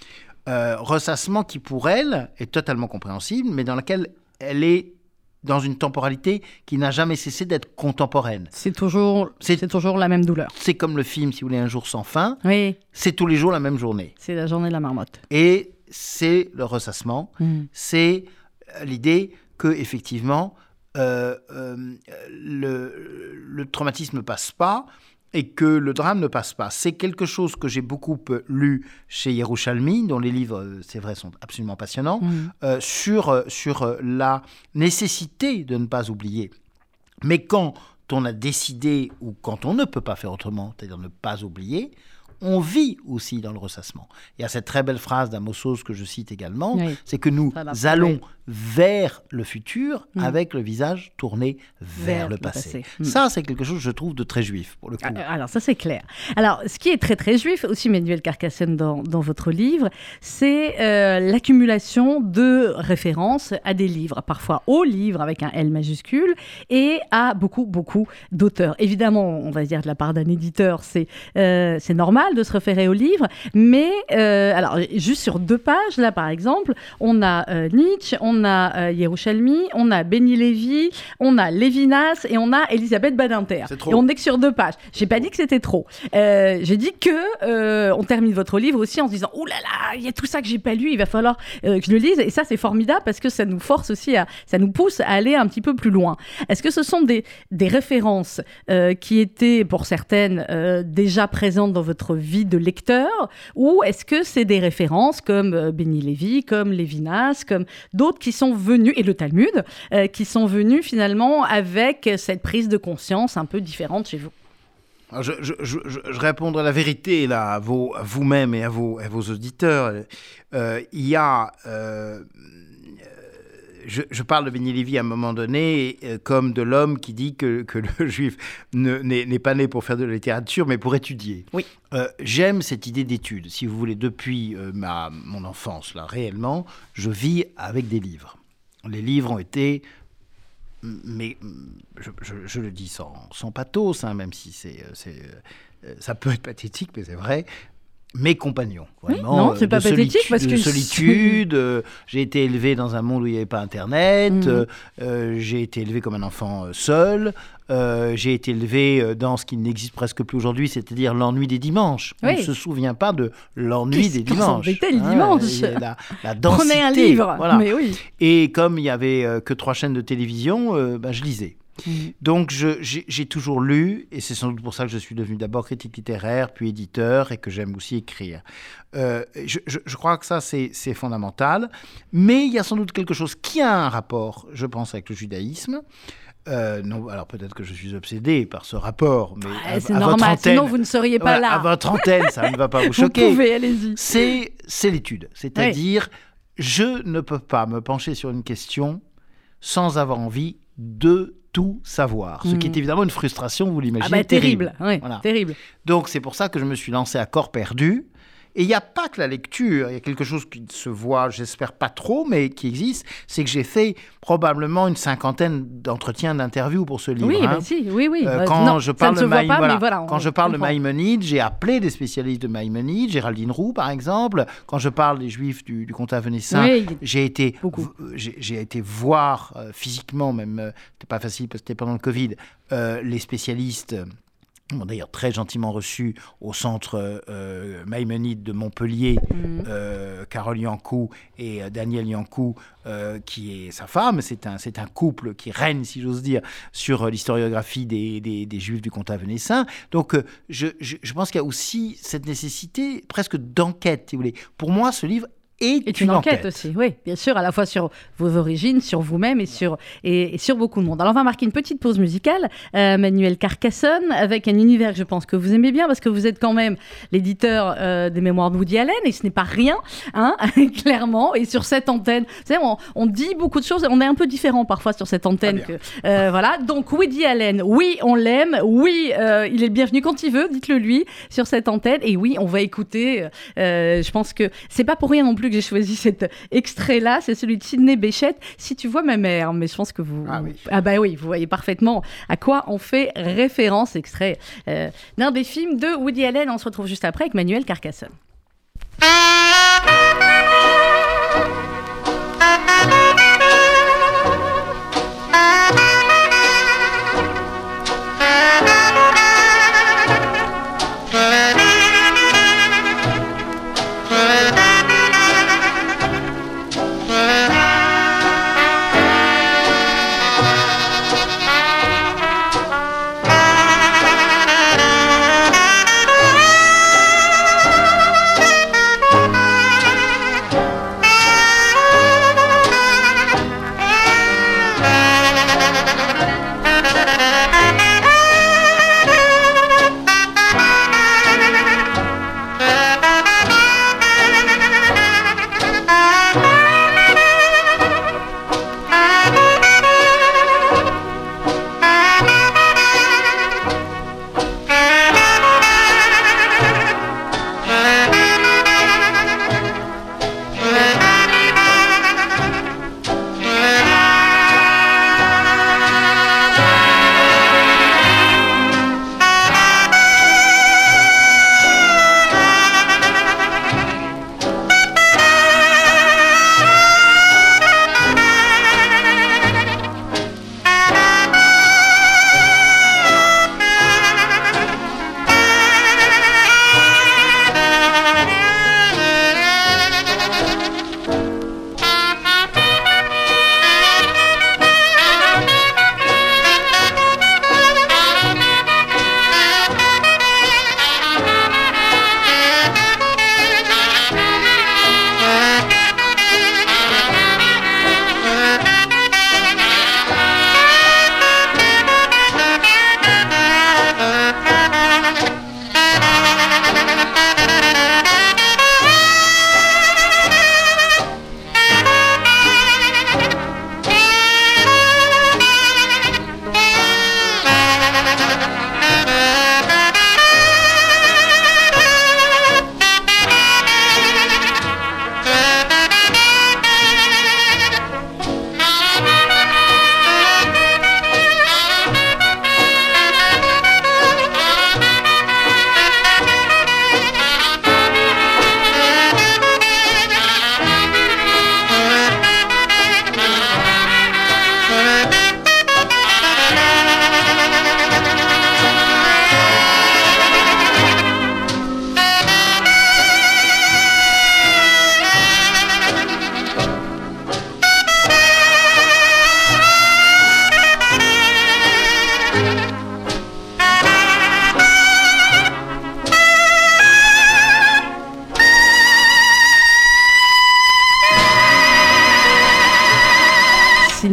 Euh, ressassement qui, pour elle, est totalement compréhensible, mais dans lequel elle est dans une temporalité qui n'a jamais cessé d'être contemporaine. C'est toujours, c'est, c'est toujours la même douleur. C'est comme le film, si vous voulez, Un jour sans fin. Oui. C'est tous les jours la même journée. C'est la journée de la marmotte. Et c'est le ressassement. Mmh. C'est l'idée que, effectivement, euh, euh, le, le traumatisme ne passe pas et que le drame ne passe pas. C'est quelque chose que j'ai beaucoup lu chez Yerushalmi, dont les livres, c'est vrai, sont absolument passionnants, mmh. euh, sur, sur la nécessité de ne pas oublier. Mais quand on a décidé, ou quand on ne peut pas faire autrement, c'est-à-dire ne pas oublier, on vit aussi dans le ressassement. Il y a cette très belle phrase d'Amos Oz que je cite également, oui. c'est que nous allons vers le futur mmh. avec le visage tourné vers, vers le passé. Le passé. Mmh. Ça, c'est quelque chose, je trouve, de très juif, pour le coup. Alors, ça, c'est clair. Alors, ce qui est très, très juif, aussi, Manuel Carcassonne, dans, dans votre livre, c'est euh, l'accumulation de références à des livres, parfois aux livres, avec un L majuscule, et à beaucoup, beaucoup d'auteurs. Évidemment, on va dire de la part d'un éditeur, c'est, euh, c'est normal de se référer aux livres, mais, euh, alors, juste sur deux pages, là, par exemple, on a euh, Nietzsche, on On a euh, Yerushalmi, on a Benny Lévy, on a Lévinas et on a Elisabeth Badinter. Et on n'est que sur deux pages. J'ai pas dit que c'était trop. Euh, j'ai dit que euh, on termine votre livre aussi en se disant « Oh là là, il y a tout ça que j'ai pas lu, il va falloir euh, que je le lise. » Et ça, c'est formidable parce que ça nous force aussi, à, ça nous pousse à aller un petit peu plus loin. Est-ce que ce sont des, des références euh, qui étaient, pour certaines, euh, déjà présentes dans votre vie de lecteur, ou est-ce que c'est des références comme euh, Béni Lévy, comme Lévinas, comme d'autres qui sont venus, et le Talmud, euh, qui sont venus finalement avec cette prise de conscience un peu différente chez vous? Alors je, je, je, je répondrai la vérité là, à, vos, à vous-même et à vos, à vos auditeurs. Euh, il y a... Euh, Je, je parle de Béni Lévy à un moment donné euh, comme de l'homme qui dit que, que le juif ne, n'est, n'est pas né pour faire de la littérature, mais pour étudier. Oui. Euh, j'aime cette idée d'étude. Si vous voulez, depuis euh, ma, mon enfance, là, réellement, je vis avec des livres. Les livres ont été... Mais je, je, je le dis sans, sans pathos, hein, même si c'est, c'est, euh, ça peut être pathétique, mais c'est vrai. Mes compagnons, vraiment, oui, non, c'est euh, pas de pathétique solitude, parce que de solitude. euh, j'ai été élevé dans un monde où il n'y avait pas Internet. Mmh. Euh, euh, j'ai été élevé comme un enfant euh, seul. Euh, j'ai été élevé euh, dans ce qui n'existe presque plus aujourd'hui, c'est-à-dire l'ennui des dimanches. Oui. On ne se souvient pas de l'ennui Qu'est-ce des qu'on dimanches. s'embêtait le dimanche. Hein, la, la densité. Prenez un livre. Voilà. Mais oui. Et comme il n'y avait euh, que trois chaînes de télévision, euh, ben, je lisais. Mmh. Donc je, j'ai, j'ai toujours lu, et c'est sans doute pour ça que je suis devenu d'abord critique littéraire, puis éditeur, et que j'aime aussi écrire. Euh, je, je, je crois que ça, c'est, c'est fondamental. Mais il y a sans doute quelque chose qui a un rapport, je pense, avec le judaïsme. Euh, non, alors peut-être que je suis obsédé par ce rapport, mais ah, à, c'est à normal, votre antenne, sinon vous ne seriez pas voilà, là. À votre antenne, ça ne va pas vous choquer. Vous pouvez, allez-y. C'est, c'est l'étude, c'est-à-dire, oui. Je ne peux pas me pencher sur une question sans avoir envie de tout savoir, ce mmh. qui est évidemment une frustration, vous l'imaginez, ah bah, terrible. Terrible. Oui, voilà. terrible. Donc c'est pour ça que je me suis lancé à corps perdu. Et il n'y a pas que la lecture, il y a quelque chose qui se voit, j'espère pas trop, mais qui existe, c'est que j'ai fait probablement une cinquantaine d'entretiens, d'interviews pour ce livre. Oui, hein. bah si, oui, oui. Euh, quand non, je parle, de, Maï... pas, voilà. Voilà, quand je parle de Maïmonide, j'ai appelé des spécialistes de Maïmonide, Géraldine Roux par exemple. Quand je parle des Juifs du, du comtat venessin, oui, j'ai, été, j'ai, j'ai été voir euh, physiquement, même, euh, c'était pas facile parce que c'était pendant le Covid, euh, les spécialistes... Bon, d'ailleurs très gentiment reçu au centre euh, Maïmonide de Montpellier, mmh. euh, Carole Yankou et euh, Daniel Yankou, euh, qui est sa femme. C'est un, c'est un couple qui règne, si j'ose dire, sur euh, l'historiographie des, des, des Juifs du comtat venessin. Donc, euh, je, je, je pense qu'il y a aussi cette nécessité presque d'enquête, si vous voulez. Pour moi, ce livre est, est une, une enquête, enquête aussi, oui, bien sûr, à la fois sur vos origines, sur vous-même et sur, et, et sur beaucoup de monde. Alors, on va marquer une petite pause musicale, euh, Manuel Carcassonne, avec un univers que je pense que vous aimez bien, parce que vous êtes quand même l'éditeur euh, des mémoires de Woody Allen, et ce n'est pas rien, hein, clairement, et sur cette antenne, vous savez, on, on dit beaucoup de choses, on est un peu différent parfois sur cette antenne. Que, euh, voilà, donc Woody Allen, oui, on l'aime, oui, euh, il est le bienvenu quand il veut, dites-le lui, sur cette antenne, et oui, on va écouter, euh, je pense que c'est pas pour rien non plus que j'ai choisi cet extrait-là, c'est celui de Sidney Bechet, Si tu vois ma mère, mais je pense que vous... Ah oui. Ah bah oui, vous voyez parfaitement à quoi on fait référence, extrait euh, d'un des films de Woody Allen. On se retrouve juste après avec Manuel Carcassonne.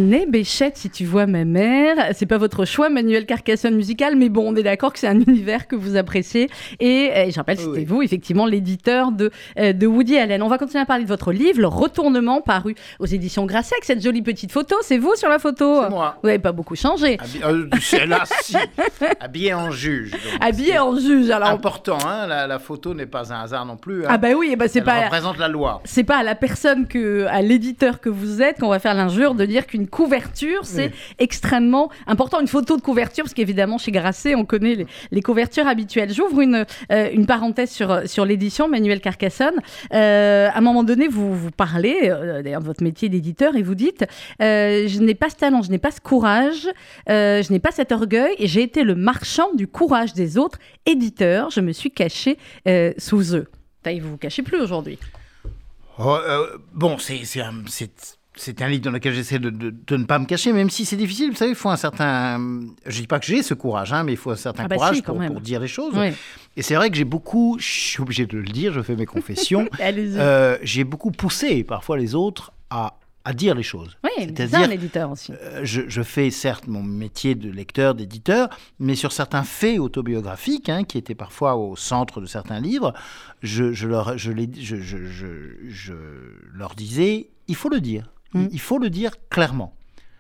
Né Béchette, si tu vois ma mère. C'est pas votre choix, Manuel Carcassonne musical, mais bon, on est d'accord que c'est un univers que vous appréciez. Et, et je rappelle, c'était oui. vous, effectivement, l'éditeur de, euh, de Woody Allen. On va continuer à parler de votre livre, Le Retournement, paru aux éditions Grasset, avec cette jolie petite photo. C'est vous sur la photo? C'est moi. Vous n'avez pas beaucoup changé. Habi- euh, c'est là, si. Habillé en juge. Donc, Habillé en juge. Alors... important, hein, la, la photo n'est pas un hasard non plus. Hein. Ah bah oui, et bah c'est Elle pas... représente la loi. C'est pas à la personne, que, à l'éditeur que vous êtes, qu'on va faire l'injure de dire qu'une couverture, c'est oui. extrêmement important. Une photo de couverture, parce qu'évidemment, chez Grasset, on connaît les, les couvertures habituelles. J'ouvre une, euh, une parenthèse sur, sur l'édition, Manuel Carcassonne. Euh, à un moment donné, vous, vous parlez, euh, d'ailleurs, de votre métier d'éditeur, et vous dites euh, « Je n'ai pas ce talent, je n'ai pas ce courage, euh, je n'ai pas cet orgueil, et j'ai été le marchand du courage des autres éditeurs. Je me suis caché euh, sous eux. » Vous ne vous cachez plus aujourd'hui. Oh, euh, bon, c'est, c'est, un, c'est, c'est un livre dans lequel j'essaie de, de, de ne pas me cacher, même si c'est difficile. Vous savez, il faut un certain... Je ne dis pas que j'ai ce courage, hein, mais il faut un certain ah bah courage si, pour, pour dire les choses. Oui. Et c'est vrai que j'ai beaucoup... Je suis obligé de le dire, je fais mes confessions. euh, j'ai beaucoup poussé parfois les autres à... à dire les choses. Oui, c'est un éditeur aussi. Euh, je, je fais certes mon métier de lecteur, d'éditeur, mais sur certains faits autobiographiques, hein, qui étaient parfois au centre de certains livres, je, je, leur, je, les, je, je, je, je leur disais, il faut le dire. Mm. Il faut le dire clairement.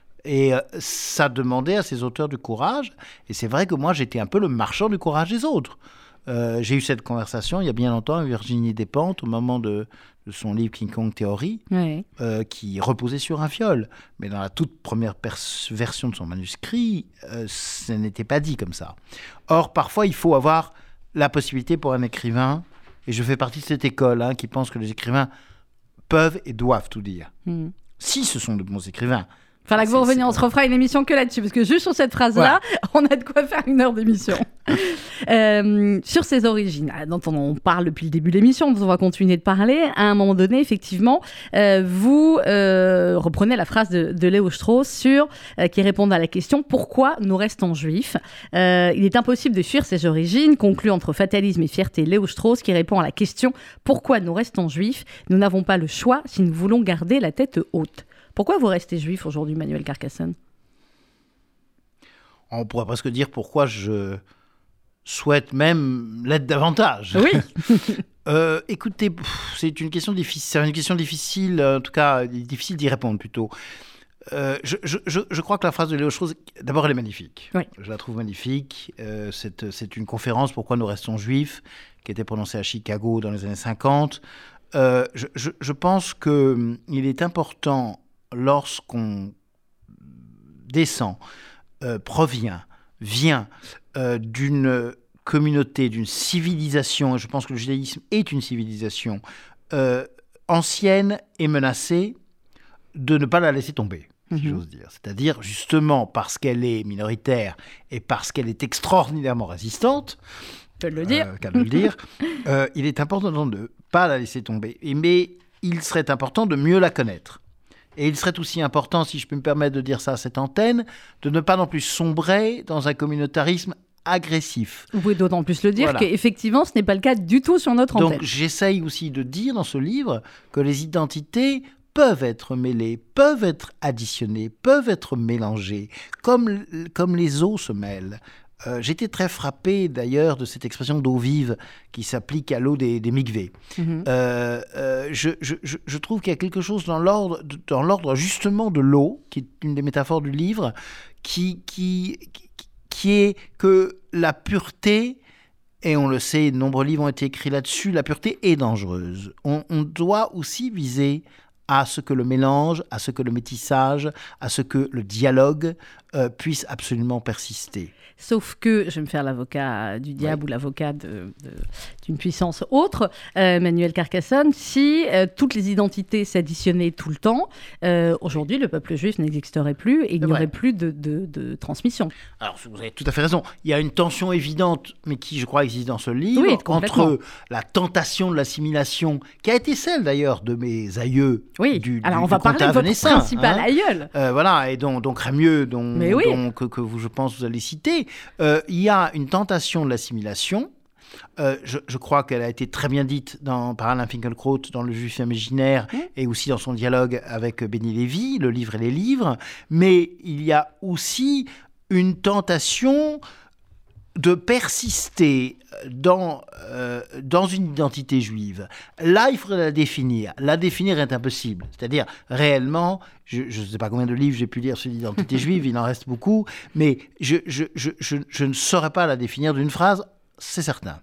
Et euh, ça demandait à ces auteurs du courage. Et c'est vrai que moi, j'étais un peu le marchand du courage des autres. Euh, j'ai eu cette conversation il y a bien longtemps avec Virginie Despentes au moment de, de son livre King Kong Theory, oui. euh, qui reposait sur un viol. Mais dans la toute première pers- version de son manuscrit, euh, ce n'était pas dit comme ça. Or, parfois, il faut avoir la possibilité pour un écrivain, et je fais partie de cette école hein, qui pense que les écrivains peuvent et doivent tout dire. Mm. Si ce sont de bons écrivains. Enfin, là que vous reveniez, on se refera une émission que là-dessus, parce que juste sur cette phrase-là, voilà. On a de quoi faire une heure d'émission. euh, sur ses origines, dont on parle depuis le début de l'émission, dont on va continuer de parler, à un moment donné, effectivement, euh, vous euh, reprenez la phrase de, de Léo Strauss sur, euh, qui répond à la question « Pourquoi nous restons juifs ?» euh, Il est impossible de fuir ses origines, conclut entre fatalisme et fierté Léo Strauss, qui répond à la question « Pourquoi nous restons juifs ?» Nous n'avons pas le choix si nous voulons garder la tête haute. Pourquoi vous restez juif aujourd'hui, Manuel Carcassonne ? On pourrait presque dire pourquoi je souhaite même l'être davantage. Oui. euh, écoutez, pff, c'est une question difficile. C'est une question difficile, en tout cas, difficile d'y répondre plutôt. Euh, je, je, je, je crois que la phrase de Léo Strauss, d'abord, elle est magnifique. Oui. Je la trouve magnifique. Euh, c'est, c'est une conférence « Pourquoi nous restons juifs » qui a été prononcée à Chicago dans les années cinquante. Euh, je, je, je pense qu'il est important, lorsqu'on descend, euh, provient, vient euh, d'une communauté, d'une civilisation, et je pense que le judaïsme est une civilisation euh, ancienne et menacée, de ne pas la laisser tomber, si mmh. j'ose dire. C'est-à-dire, justement, parce qu'elle est minoritaire et parce qu'elle est extraordinairement résistante, peut le dire, euh, qu'à le dire euh, il est important de ne pas la laisser tomber. Et, mais il serait important de mieux la connaître. Et il serait aussi important, si je peux me permettre de dire ça à cette antenne, de ne pas non plus sombrer dans un communautarisme agressif. Vous pouvez d'autant plus le dire voilà. qu'effectivement, ce n'est pas le cas du tout sur notre antenne. Donc, j'essaye aussi de dire dans ce livre que les identités peuvent être mêlées, peuvent être additionnées, peuvent être mélangées, comme, comme les eaux se mêlent. Euh, j'étais très frappé d'ailleurs de cette expression d'eau vive qui s'applique à l'eau des, des mikvés. Mmh. Euh, euh, je, je, je trouve qu'il y a quelque chose dans l'ordre, dans l'ordre justement de l'eau, qui est une des métaphores du livre, qui, qui, qui est que la pureté, et on le sait, de nombreux livres ont été écrits là-dessus, la pureté est dangereuse. On, on doit aussi viser à ce que le mélange, à ce que le métissage, à ce que le dialogue euh, puisse absolument persister. Sauf que, je vais me faire l'avocat du diable oui. ou l'avocat de, de, d'une puissance autre, euh, Manuel Carcassonne, si euh, toutes les identités s'additionnaient tout le temps, euh, aujourd'hui, le peuple juif n'existerait plus et il n'y aurait plus de, de, de transmission. Alors, vous avez tout à fait raison. Il y a une tension évidente, mais qui, je crois, existe dans ce livre, oui, entre la tentation de l'assimilation, qui a été celle, d'ailleurs, de mes aïeux. Oui, du, alors du, on va parler de votre principal hein. aïeul. Euh, voilà, et dont, donc Rémieux, dont, oui. dont, que, que vous, je pense, vous allez citer. Euh, il y a une tentation de l'assimilation Euh, je, je crois qu'elle a été très bien dite dans, par Alain Finkielkraut dans Le Juif imaginaire mmh. et aussi dans son dialogue avec Benny Lévy, Le livre et les livres. Mais il y a aussi une tentation de persister dans, euh, dans une identité juive. Là, il faudrait la définir. La définir est impossible. C'est-à-dire, réellement, je ne sais pas combien de livres j'ai pu lire sur l'identité juive, il en reste beaucoup, mais je, je, je, je, je ne saurais pas la définir d'une phrase, c'est certain.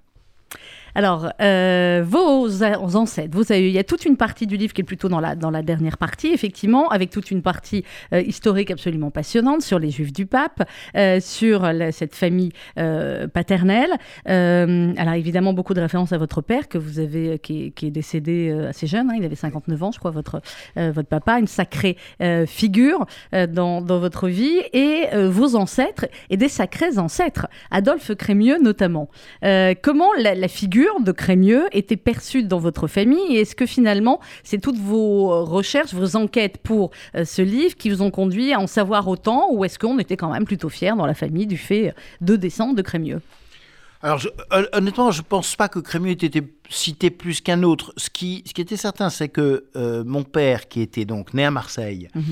Alors, euh, vos ancêtres, vous avez, il y a toute une partie du livre qui est plutôt dans la, dans la dernière partie, effectivement, avec toute une partie euh, historique absolument passionnante sur les Juifs du Pape, euh, sur la, cette famille euh, paternelle. Euh, alors, évidemment, beaucoup de références à votre père, que vous avez, qui, est, qui est décédé euh, assez jeune, hein, il avait cinquante-neuf ans, je crois, votre, euh, votre papa, une sacrée euh, figure euh, dans, dans votre vie, et euh, vos ancêtres, et des sacrés ancêtres, Adolphe Crémieux notamment. Euh, comment la, la figure de Crémieux était perçue dans votre famille, et est-ce que finalement c'est toutes vos recherches, vos enquêtes pour euh, ce livre qui vous ont conduit à en savoir autant, ou est-ce qu'on était quand même plutôt fiers dans la famille du fait de descendre de Crémieux? Alors, je, honnêtement, je ne pense pas que Crémieux ait été cité plus qu'un autre. Ce qui, ce qui était certain, c'est que euh, mon père, qui était donc né à Marseille, mmh.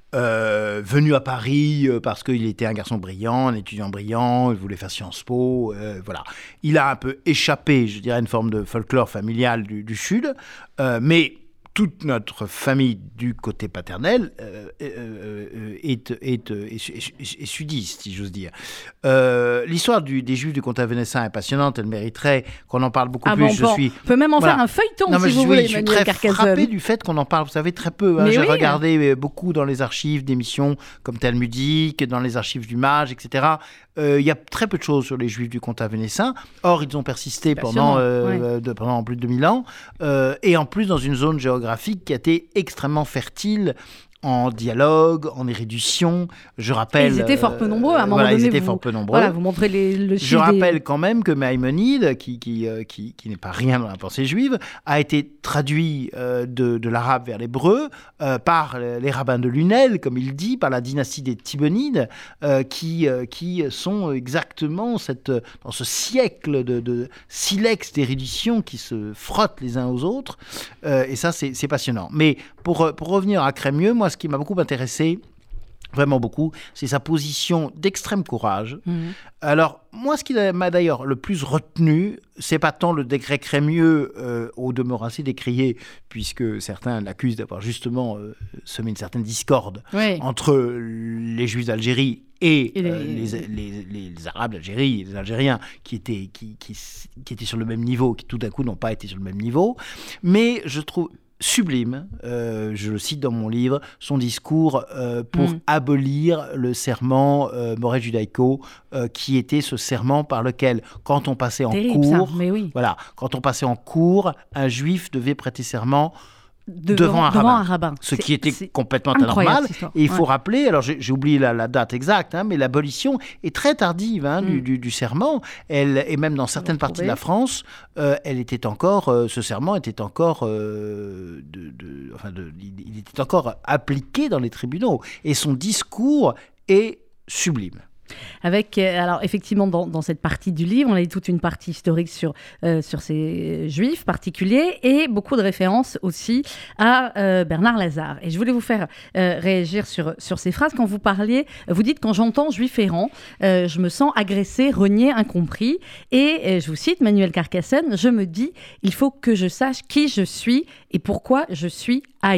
Euh, venu à Paris euh, parce qu'il était un garçon brillant, un étudiant brillant, il voulait faire Sciences Po, euh, voilà. Il a un peu échappé, je dirais, à une forme de folklore familial du, du Sud, euh, mais toute notre famille du côté paternel euh, euh, est, est, est, est, est sudiste, si j'ose dire. Euh, l'histoire du, des Juifs du comtat vénessin est passionnante, elle mériterait qu'on en parle beaucoup ah plus. Bon, je bon. suis, on peut même en voilà. faire un feuilleton, non, si je, vous oui, voulez, je Emmanuel suis très Carcassonne. frappé du fait qu'on en parle, vous savez, très peu. Hein. J'ai oui. regardé beaucoup dans les archives d'émissions comme Talmudique, dans les archives du Mage, et cetera. Il euh, y a très peu de choses sur les Juifs du comtat vénessin. Or, ils ont persisté pendant, euh, ouais. de, pendant plus de deux mille ans. Euh, et en plus, dans une zone géographique qui a été extrêmement fertile en dialogue, en érudition. Je rappelle... Et ils étaient fort peu nombreux. À un moment voilà, donné, ils étaient vous, fort peu nombreux. Voilà, vous montrez les, le chiffre. Je rappelle des... quand même que Maïmonide, qui, qui, euh, qui, qui n'est pas rien dans la pensée juive, a été traduit euh, de, de l'arabe vers l'hébreu euh, par les rabbins de Lunel, comme il dit, par la dynastie des Tibonides, euh, qui, euh, qui sont exactement cette, dans ce siècle de, de silex d'érudition qui se frottent les uns aux autres. Euh, et ça, c'est, c'est passionnant. Mais pour, pour revenir à Crémieux, moi, ce qui m'a beaucoup intéressé, vraiment beaucoup, c'est sa position d'extrême courage. Mmh. Alors, moi, ce qui m'a d'ailleurs le plus retenu, c'est pas tant le décret Crémieux, euh, au demeurant assez décrié, puisque certains l'accusent d'avoir justement euh, semé une certaine discorde oui. entre les Juifs d'Algérie et, et les... Euh, les, les, les, les Arabes d'Algérie, les Algériens, qui étaient, qui, qui, qui étaient sur le même niveau, qui tout d'un coup n'ont pas été sur le même niveau. Mais je trouve... sublime, euh, je le cite dans mon livre, son discours euh, pour mmh. abolir le serment euh, morel-judaico, euh, qui était ce serment par lequel, quand on passait en Terrible, cours, ça, mais oui. voilà, quand on passait en cours, un juif devait prêter serment devant, devant, un, devant rabbin, un rabbin, ce c'est, qui était complètement anormal. Et il faut ouais. rappeler, alors j'ai, j'ai oublié la, la date exacte, hein, mais l'abolition est très tardive hein, mm. du, du, du serment. Elle, et même dans certaines parties de la France, euh, elle était encore, euh, ce serment était encore, euh, de, de, enfin de, il, il était encore appliqué dans les tribunaux. Et son discours est sublime. Avec, alors effectivement, dans, dans cette partie du livre, on a eu toute une partie historique sur, euh, sur ces juifs particuliers et beaucoup de références aussi à euh, Bernard Lazare. Et je voulais vous faire euh, réagir sur, sur ces phrases. Quand vous parliez, vous dites « Quand j'entends juif errant, euh, je me sens agressé, renié, incompris. » Et euh, je vous cite, Manuel Carcassonne, « Je me dis, il faut que je sache qui je suis et pourquoi je suis haï. »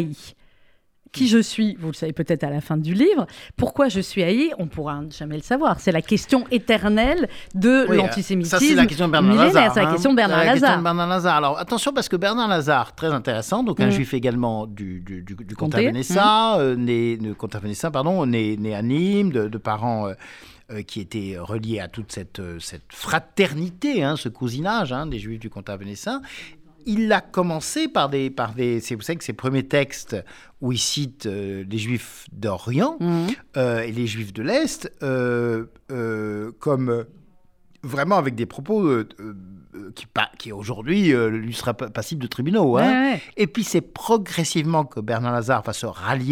Qui je suis, vous le savez peut-être à la fin du livre. Pourquoi je suis haï, on ne pourra jamais le savoir. C'est la question éternelle de oui, l'antisémitisme. Ça, c'est la question de Bernard Lazare. C'est la question de Bernard hein. Lazare. La question de Bernard Lazare. Alors, attention, parce que Bernard Lazare, très intéressant, donc un mmh. juif également du, du, du, du comtat vénessin, mmh. euh, né, de comtat vénessin, pardon, né, né à Nîmes, de, de parents... Euh, Euh, qui était relié à toute cette, euh, cette fraternité, hein, ce cousinage hein, des Juifs du comtat vénessin. Il a commencé par des... Par des c'est, vous savez que ses premiers textes où il cite euh, les Juifs d'Orient mmh. euh, et les Juifs de l'Est, euh, euh, comme euh, vraiment avec des propos... Euh, euh, qui, qui aujourd'hui euh, lui sera passible de tribunaux. Hein. Ouais, ouais. Et puis c'est progressivement que Bernard Lazare va se rallier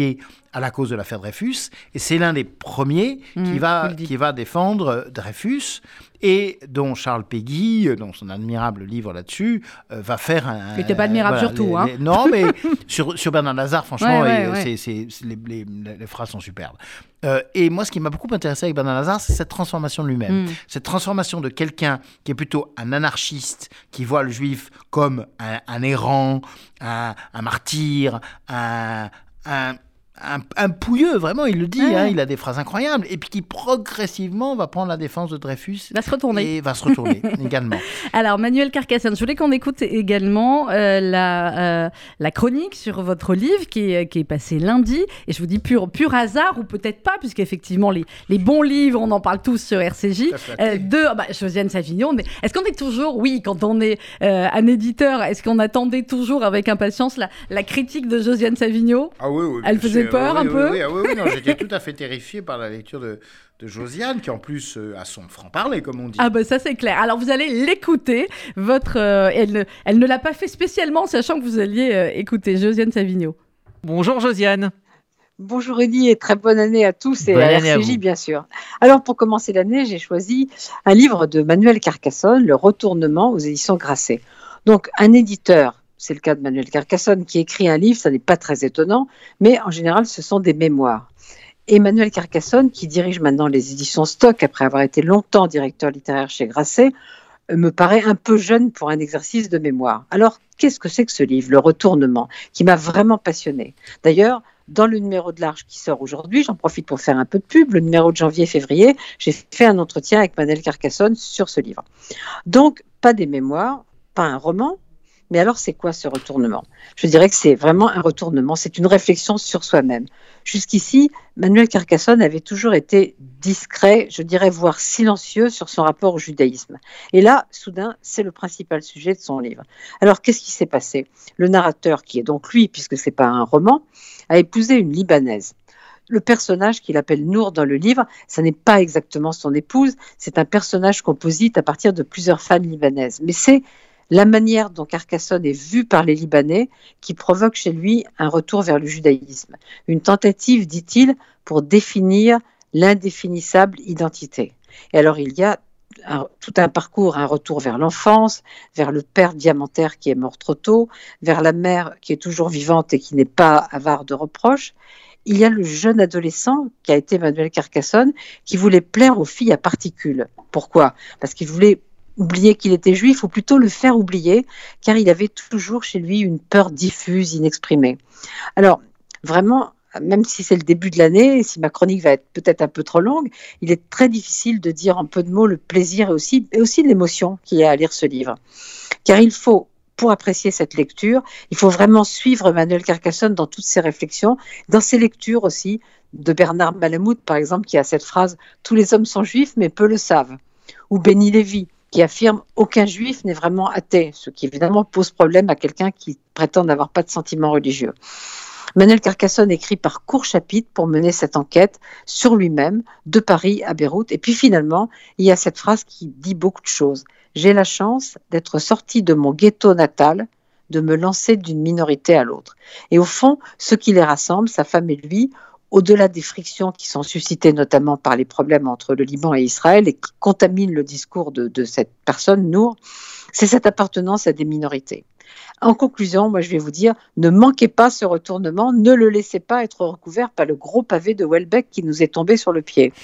à la cause de l'affaire Dreyfus, et c'est l'un des premiers Mmh, qui, va, qui va défendre Dreyfus, et dont Charles Péguy, dans son admirable livre là-dessus, euh, va faire un... Il n'était pas admirable voilà, surtout. les, Hein. les, non, mais sur, sur Bernard Lazare, franchement, Ouais, ouais, et, ouais. c'est, c'est, c'est, les, les, les phrases sont superbes. Euh, et moi, ce qui m'a beaucoup intéressé avec Bernard Lazare, c'est cette transformation de lui-même. Mmh. Cette transformation de quelqu'un qui est plutôt un anarchiste, qui voit le juif comme un, un errant, un, un martyr, un... un Un, un pouilleux, vraiment, il le dit, Ouais. hein, il a des phrases incroyables, et puis qui progressivement va prendre la défense de Dreyfus. Il va se retourner. Et va se retourner également. Alors, Manuel Carcassonne, je voulais qu'on écoute également euh, la, euh, la chronique sur votre livre qui est, qui est passée lundi. Et je vous dis pur, pur hasard, ou peut-être pas, puisqu'effectivement, les, les bons livres, on en parle tous sur R C J. Euh, de ah bah, Josiane Savignon. Mais est-ce qu'on est toujours, oui, quand on est euh, un éditeur, est-ce qu'on attendait toujours avec impatience la, la critique de Josiane Savignon ? Ah oui, oui. Elle faisait peur oui, un oui, peu Oui, oui, oui, oui, non, j'étais tout à fait terrifié par la lecture de, de Josiane, qui en plus euh, a son franc-parler, comme on dit. Ah bah ça c'est clair. Alors vous allez l'écouter. Votre, euh, elle, ne, elle ne l'a pas fait spécialement, sachant que vous alliez euh, écouter Josiane Savignon. Bonjour Josiane. Bonjour Rudy et très bonne année à tous et Bonne à année à R C J vous. bien sûr. Alors pour commencer l'année, j'ai choisi un livre de Manuel Carcassonne, Le Retournement aux éditions Grasset. Donc un éditeur, c'est le cas de Manuel Carcassonne, qui écrit un livre, ça n'est pas très étonnant, mais en général ce sont des mémoires. Et Manuel Carcassonne, qui dirige maintenant les éditions Stock après avoir été longtemps directeur littéraire chez Grasset, me paraît un peu jeune pour un exercice de mémoire. Alors, qu'est-ce que c'est que ce livre, Le Retournement, qui m'a vraiment passionnée. D'ailleurs, dans le numéro de l'Arche qui sort aujourd'hui, j'en profite pour faire un peu de pub, le numéro de janvier-février, j'ai fait un entretien avec Manuel Carcassonne sur ce livre. Donc, pas des mémoires, pas un roman, mais alors c'est quoi ce retournement ? Je dirais que c'est vraiment un retournement, c'est une réflexion sur soi-même. Jusqu'ici, Manuel Carcassonne avait toujours été discret, je dirais voire silencieux sur son rapport au judaïsme. Et là, soudain, c'est le principal sujet de son livre. Alors, qu'est-ce qui s'est passé ? Le narrateur, qui est donc lui, puisque ce n'est pas un roman, a épousé une Libanaise. Le personnage qu'il appelle Nour dans le livre, ça n'est pas exactement son épouse, c'est un personnage composite à partir de plusieurs femmes libanaises. Mais c'est la manière dont Carcassonne est vu par les Libanais qui provoque chez lui un retour vers le judaïsme. Une tentative, dit-il, pour définir l'indéfinissable identité. Et alors il y a un, tout un parcours, un retour vers l'enfance, vers le père diamantaire qui est mort trop tôt, vers la mère qui est toujours vivante et qui n'est pas avare de reproches. Il y a le jeune adolescent qui a été Manuel Carcassonne qui voulait plaire aux filles à particules. Pourquoi ? Parce qu'il voulait oublier qu'il était juif, ou plutôt le faire oublier, car il avait toujours chez lui une peur diffuse, inexprimée. Alors, vraiment, même si c'est le début de l'année, et si ma chronique va être peut-être un peu trop longue, il est très difficile de dire en peu de mots le plaisir et aussi, et aussi l'émotion qu'il y a à lire ce livre. Car il faut, pour apprécier cette lecture, il faut vraiment suivre Manuel Carcassonne dans toutes ses réflexions, dans ses lectures aussi, de Bernard Malamud, par exemple, qui a cette phrase « Tous les hommes sont juifs, mais peu le savent », ou Benny Lévy, qui affirme « Aucun juif n'est vraiment athée », ce qui évidemment pose problème à quelqu'un qui prétend n'avoir pas de sentiments religieux. Manuel Carcassonne écrit par courts chapitres pour mener cette enquête sur lui-même, de Paris à Beyrouth. Et puis finalement, il y a cette phrase qui dit beaucoup de choses. « J'ai la chance d'être sorti de mon ghetto natal, de me lancer d'une minorité à l'autre. » Et au fond, ce qui les rassemble, sa femme et lui, au-delà des frictions qui sont suscitées notamment par les problèmes entre le Liban et Israël et qui contaminent le discours de, de cette personne, Nour, c'est cette appartenance à des minorités. En conclusion, moi je vais vous dire, ne manquez pas ce retournement, ne le laissez pas être recouvert par le gros pavé de Houellebecq qui nous est tombé sur le pied.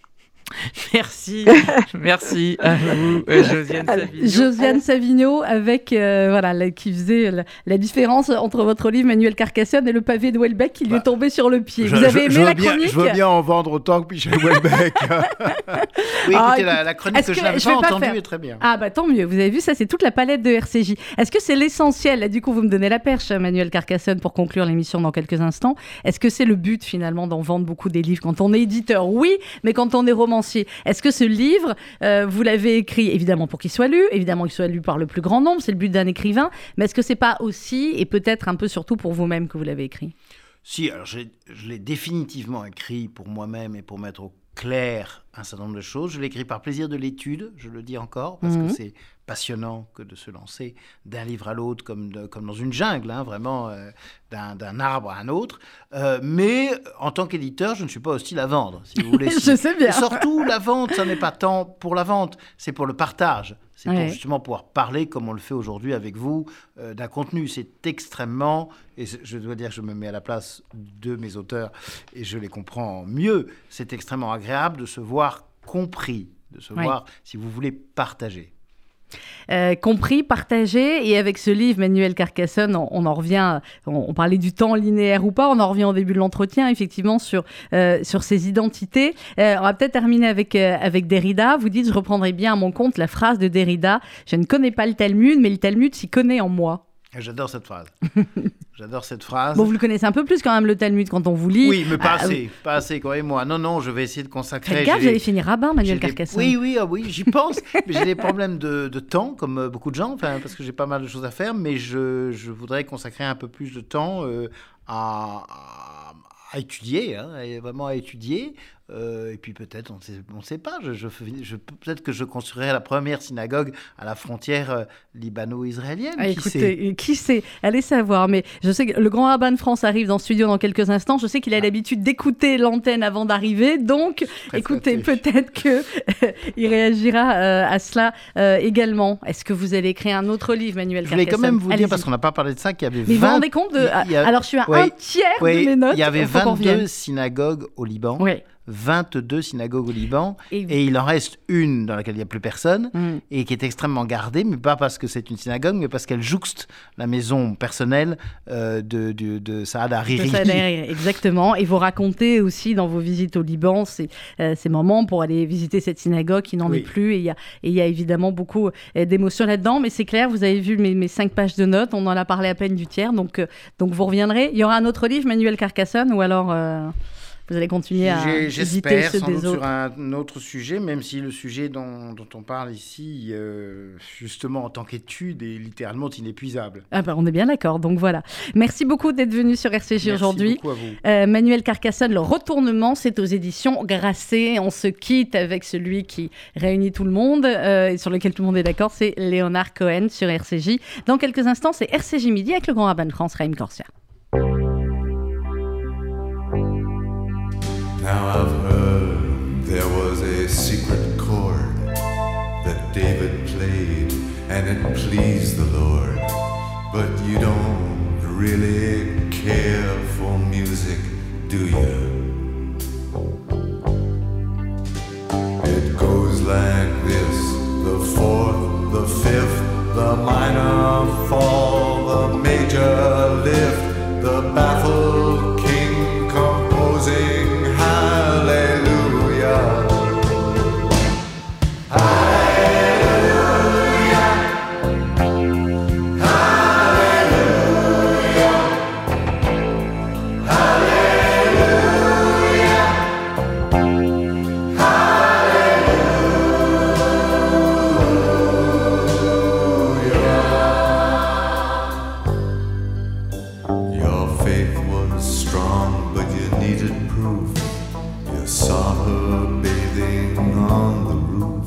Merci, merci à vous, euh, Josiane Savignon. Josiane Savignon, avec, euh, voilà, la, qui faisait la, la différence entre votre livre Manuel Carcassonne et le pavé de Houellebecq qui lui bah, est tombé sur le pied. Je, vous avez je, aimé je la bien, chronique ? Je veux bien en vendre autant que Michel Houellebecq. Oui, Ah, écoutez, écoute, la, la chronique est-ce que, que je n'avais je vais pas pas entendue faire- est très bien. Ah bah tant mieux, vous avez vu, ça c'est toute la palette de R C J. Est-ce que c'est l'essentiel ? Là, du coup, vous me donnez la perche, Manuel Carcassonne, pour conclure l'émission dans quelques instants. Est-ce que c'est le but finalement d'en vendre beaucoup des livres quand on est éditeur ? Oui, mais quand on est romancier, est-ce que ce livre, euh, vous l'avez écrit évidemment pour qu'il soit lu, évidemment qu'il soit lu par le plus grand nombre, c'est le but d'un écrivain, mais est-ce que c'est pas aussi, et peut-être un peu surtout pour vous-même que vous l'avez écrit ? Si, alors je, je l'ai définitivement écrit pour moi-même et pour mettre au clair un certain nombre de choses. Je l'ai écrit par plaisir de l'étude, je le dis encore, parce Mhm. que c'est passionnant que de se lancer d'un livre à l'autre comme, de- comme dans une jungle, hein, vraiment euh, d'un, d'un arbre à un autre. Euh, mais en tant qu'éditeur, je ne suis pas hostile à vendre, si vous voulez. Je sais bien. Et surtout, la vente, ça n'est pas tant pour la vente, c'est pour le partage. C'est Ouais. pour justement pouvoir parler, comme on le fait aujourd'hui avec vous, euh, d'un contenu. C'est extrêmement, et c'est- je dois dire que je me mets à la place de mes auteurs et je les comprends mieux, c'est extrêmement agréable de se voir compris, de se Ouais. voir, si vous voulez, partager. Euh, compris, partagé. Et avec ce livre, Manuel Carcassonne, on, on en revient, on, on parlait du temps linéaire ou pas, on en revient au début de l'entretien, effectivement, sur, euh, sur ces identités. Euh, on va peut-être terminer avec, euh, avec Derrida. Vous dites, je reprendrai bien à mon compte la phrase de Derrida, je ne connais pas le Talmud, mais le Talmud s'y connaît en moi. Et j'adore cette phrase. J'adore cette phrase. Bon, vous le connaissez un peu plus quand même, le Talmud, quand on vous lit. Oui, mais pas Ah, assez, pas assez, croyez-moi. Non, non, je vais essayer de consacrer. Faites gaffe, j'ai- vous allez finir rabbin, Manuel J'ai des- Carcassonne. Oui, oui, ah oui, j'y pense. Mais j'ai des problèmes de, de temps, comme euh, beaucoup de gens, enfin, parce que j'ai pas mal de choses à faire. Mais je, je voudrais consacrer un peu plus de temps euh, à, à, à étudier, hein, et vraiment à étudier. Euh, et puis peut-être, on ne sait, on sait pas, je, je, je- peut-être que je construirai la première synagogue à la frontière euh, libano-israélienne. Ah, qui sait. écoutez, qui sait? Allez savoir. Mais je sais que le grand rabbin de France arrive dans le studio dans quelques instants. Je sais qu'il a l'habitude d'écouter l'antenne avant d'arriver. Donc, Très écoutez, flatté. peut-être qu'il réagira euh, à cela euh, également. Est-ce que vous allez écrire un autre livre, Manuel Je voulais Carcassonne? quand même vous dire, Allez-y. parce qu'on n'a pas parlé de ça, qu'il y avait Mais vous vingt... vous rendez compte de... il y a- Alors, je suis à oui, un tiers oui, de mes notes. il y avait faut qu'on revienne. vingt-deux synagogues au Liban. Oui. vingt-deux synagogues au Liban. Et- Et il en reste une dans laquelle il n'y a plus personne. Mm. Et qui est extrêmement gardée, mais pas parce que c'est une synagogue, mais parce qu'elle jouxte la maison personnelle euh, de, de, de Saad Hariri. De Saad Hariri, exactement. Et vous racontez aussi dans vos visites au Liban ces, euh, ces moments pour aller visiter cette synagogue qui n'en Oui. est plus. Et il y a, et il y a évidemment beaucoup euh, d'émotions là-dedans. Mais c'est clair, vous avez vu mes, mes cinq pages de notes. On en a parlé à peine du tiers. Donc, euh, donc vous reviendrez. Il y aura un autre livre, Manuel Carcassonne, ou alors euh, vous allez continuer à J'ai- visiter J'espère, ceux sans des doute autres. sur un autre sujet, même si le sujet dont, dont on parle ici, euh, justement en tant qu'étude, est littéralement inépuisable. Ah ben, on est bien d'accord. Donc voilà. Merci beaucoup d'être venu sur R C J Merci aujourd'hui. beaucoup à vous. Euh, Manuel Carcassonne, Le Retournement, c'est aux éditions Grasset. On se quitte avec celui qui réunit tout le monde euh, et sur lequel tout le monde est d'accord, c'est Léonard Cohen sur R C J. Dans quelques instants, c'est R C J Midi avec le grand rabbin de France, Raïm Corsia. Now I've heard there was a secret chord that David played and it pleased the Lord. But you don't really care for music, do you? It goes like this: the fourth, the fifth, the minor fall, the major lift, the baffled king composing hallelujah. Your faith was strong, but you needed proof. You saw her bathing on the roof.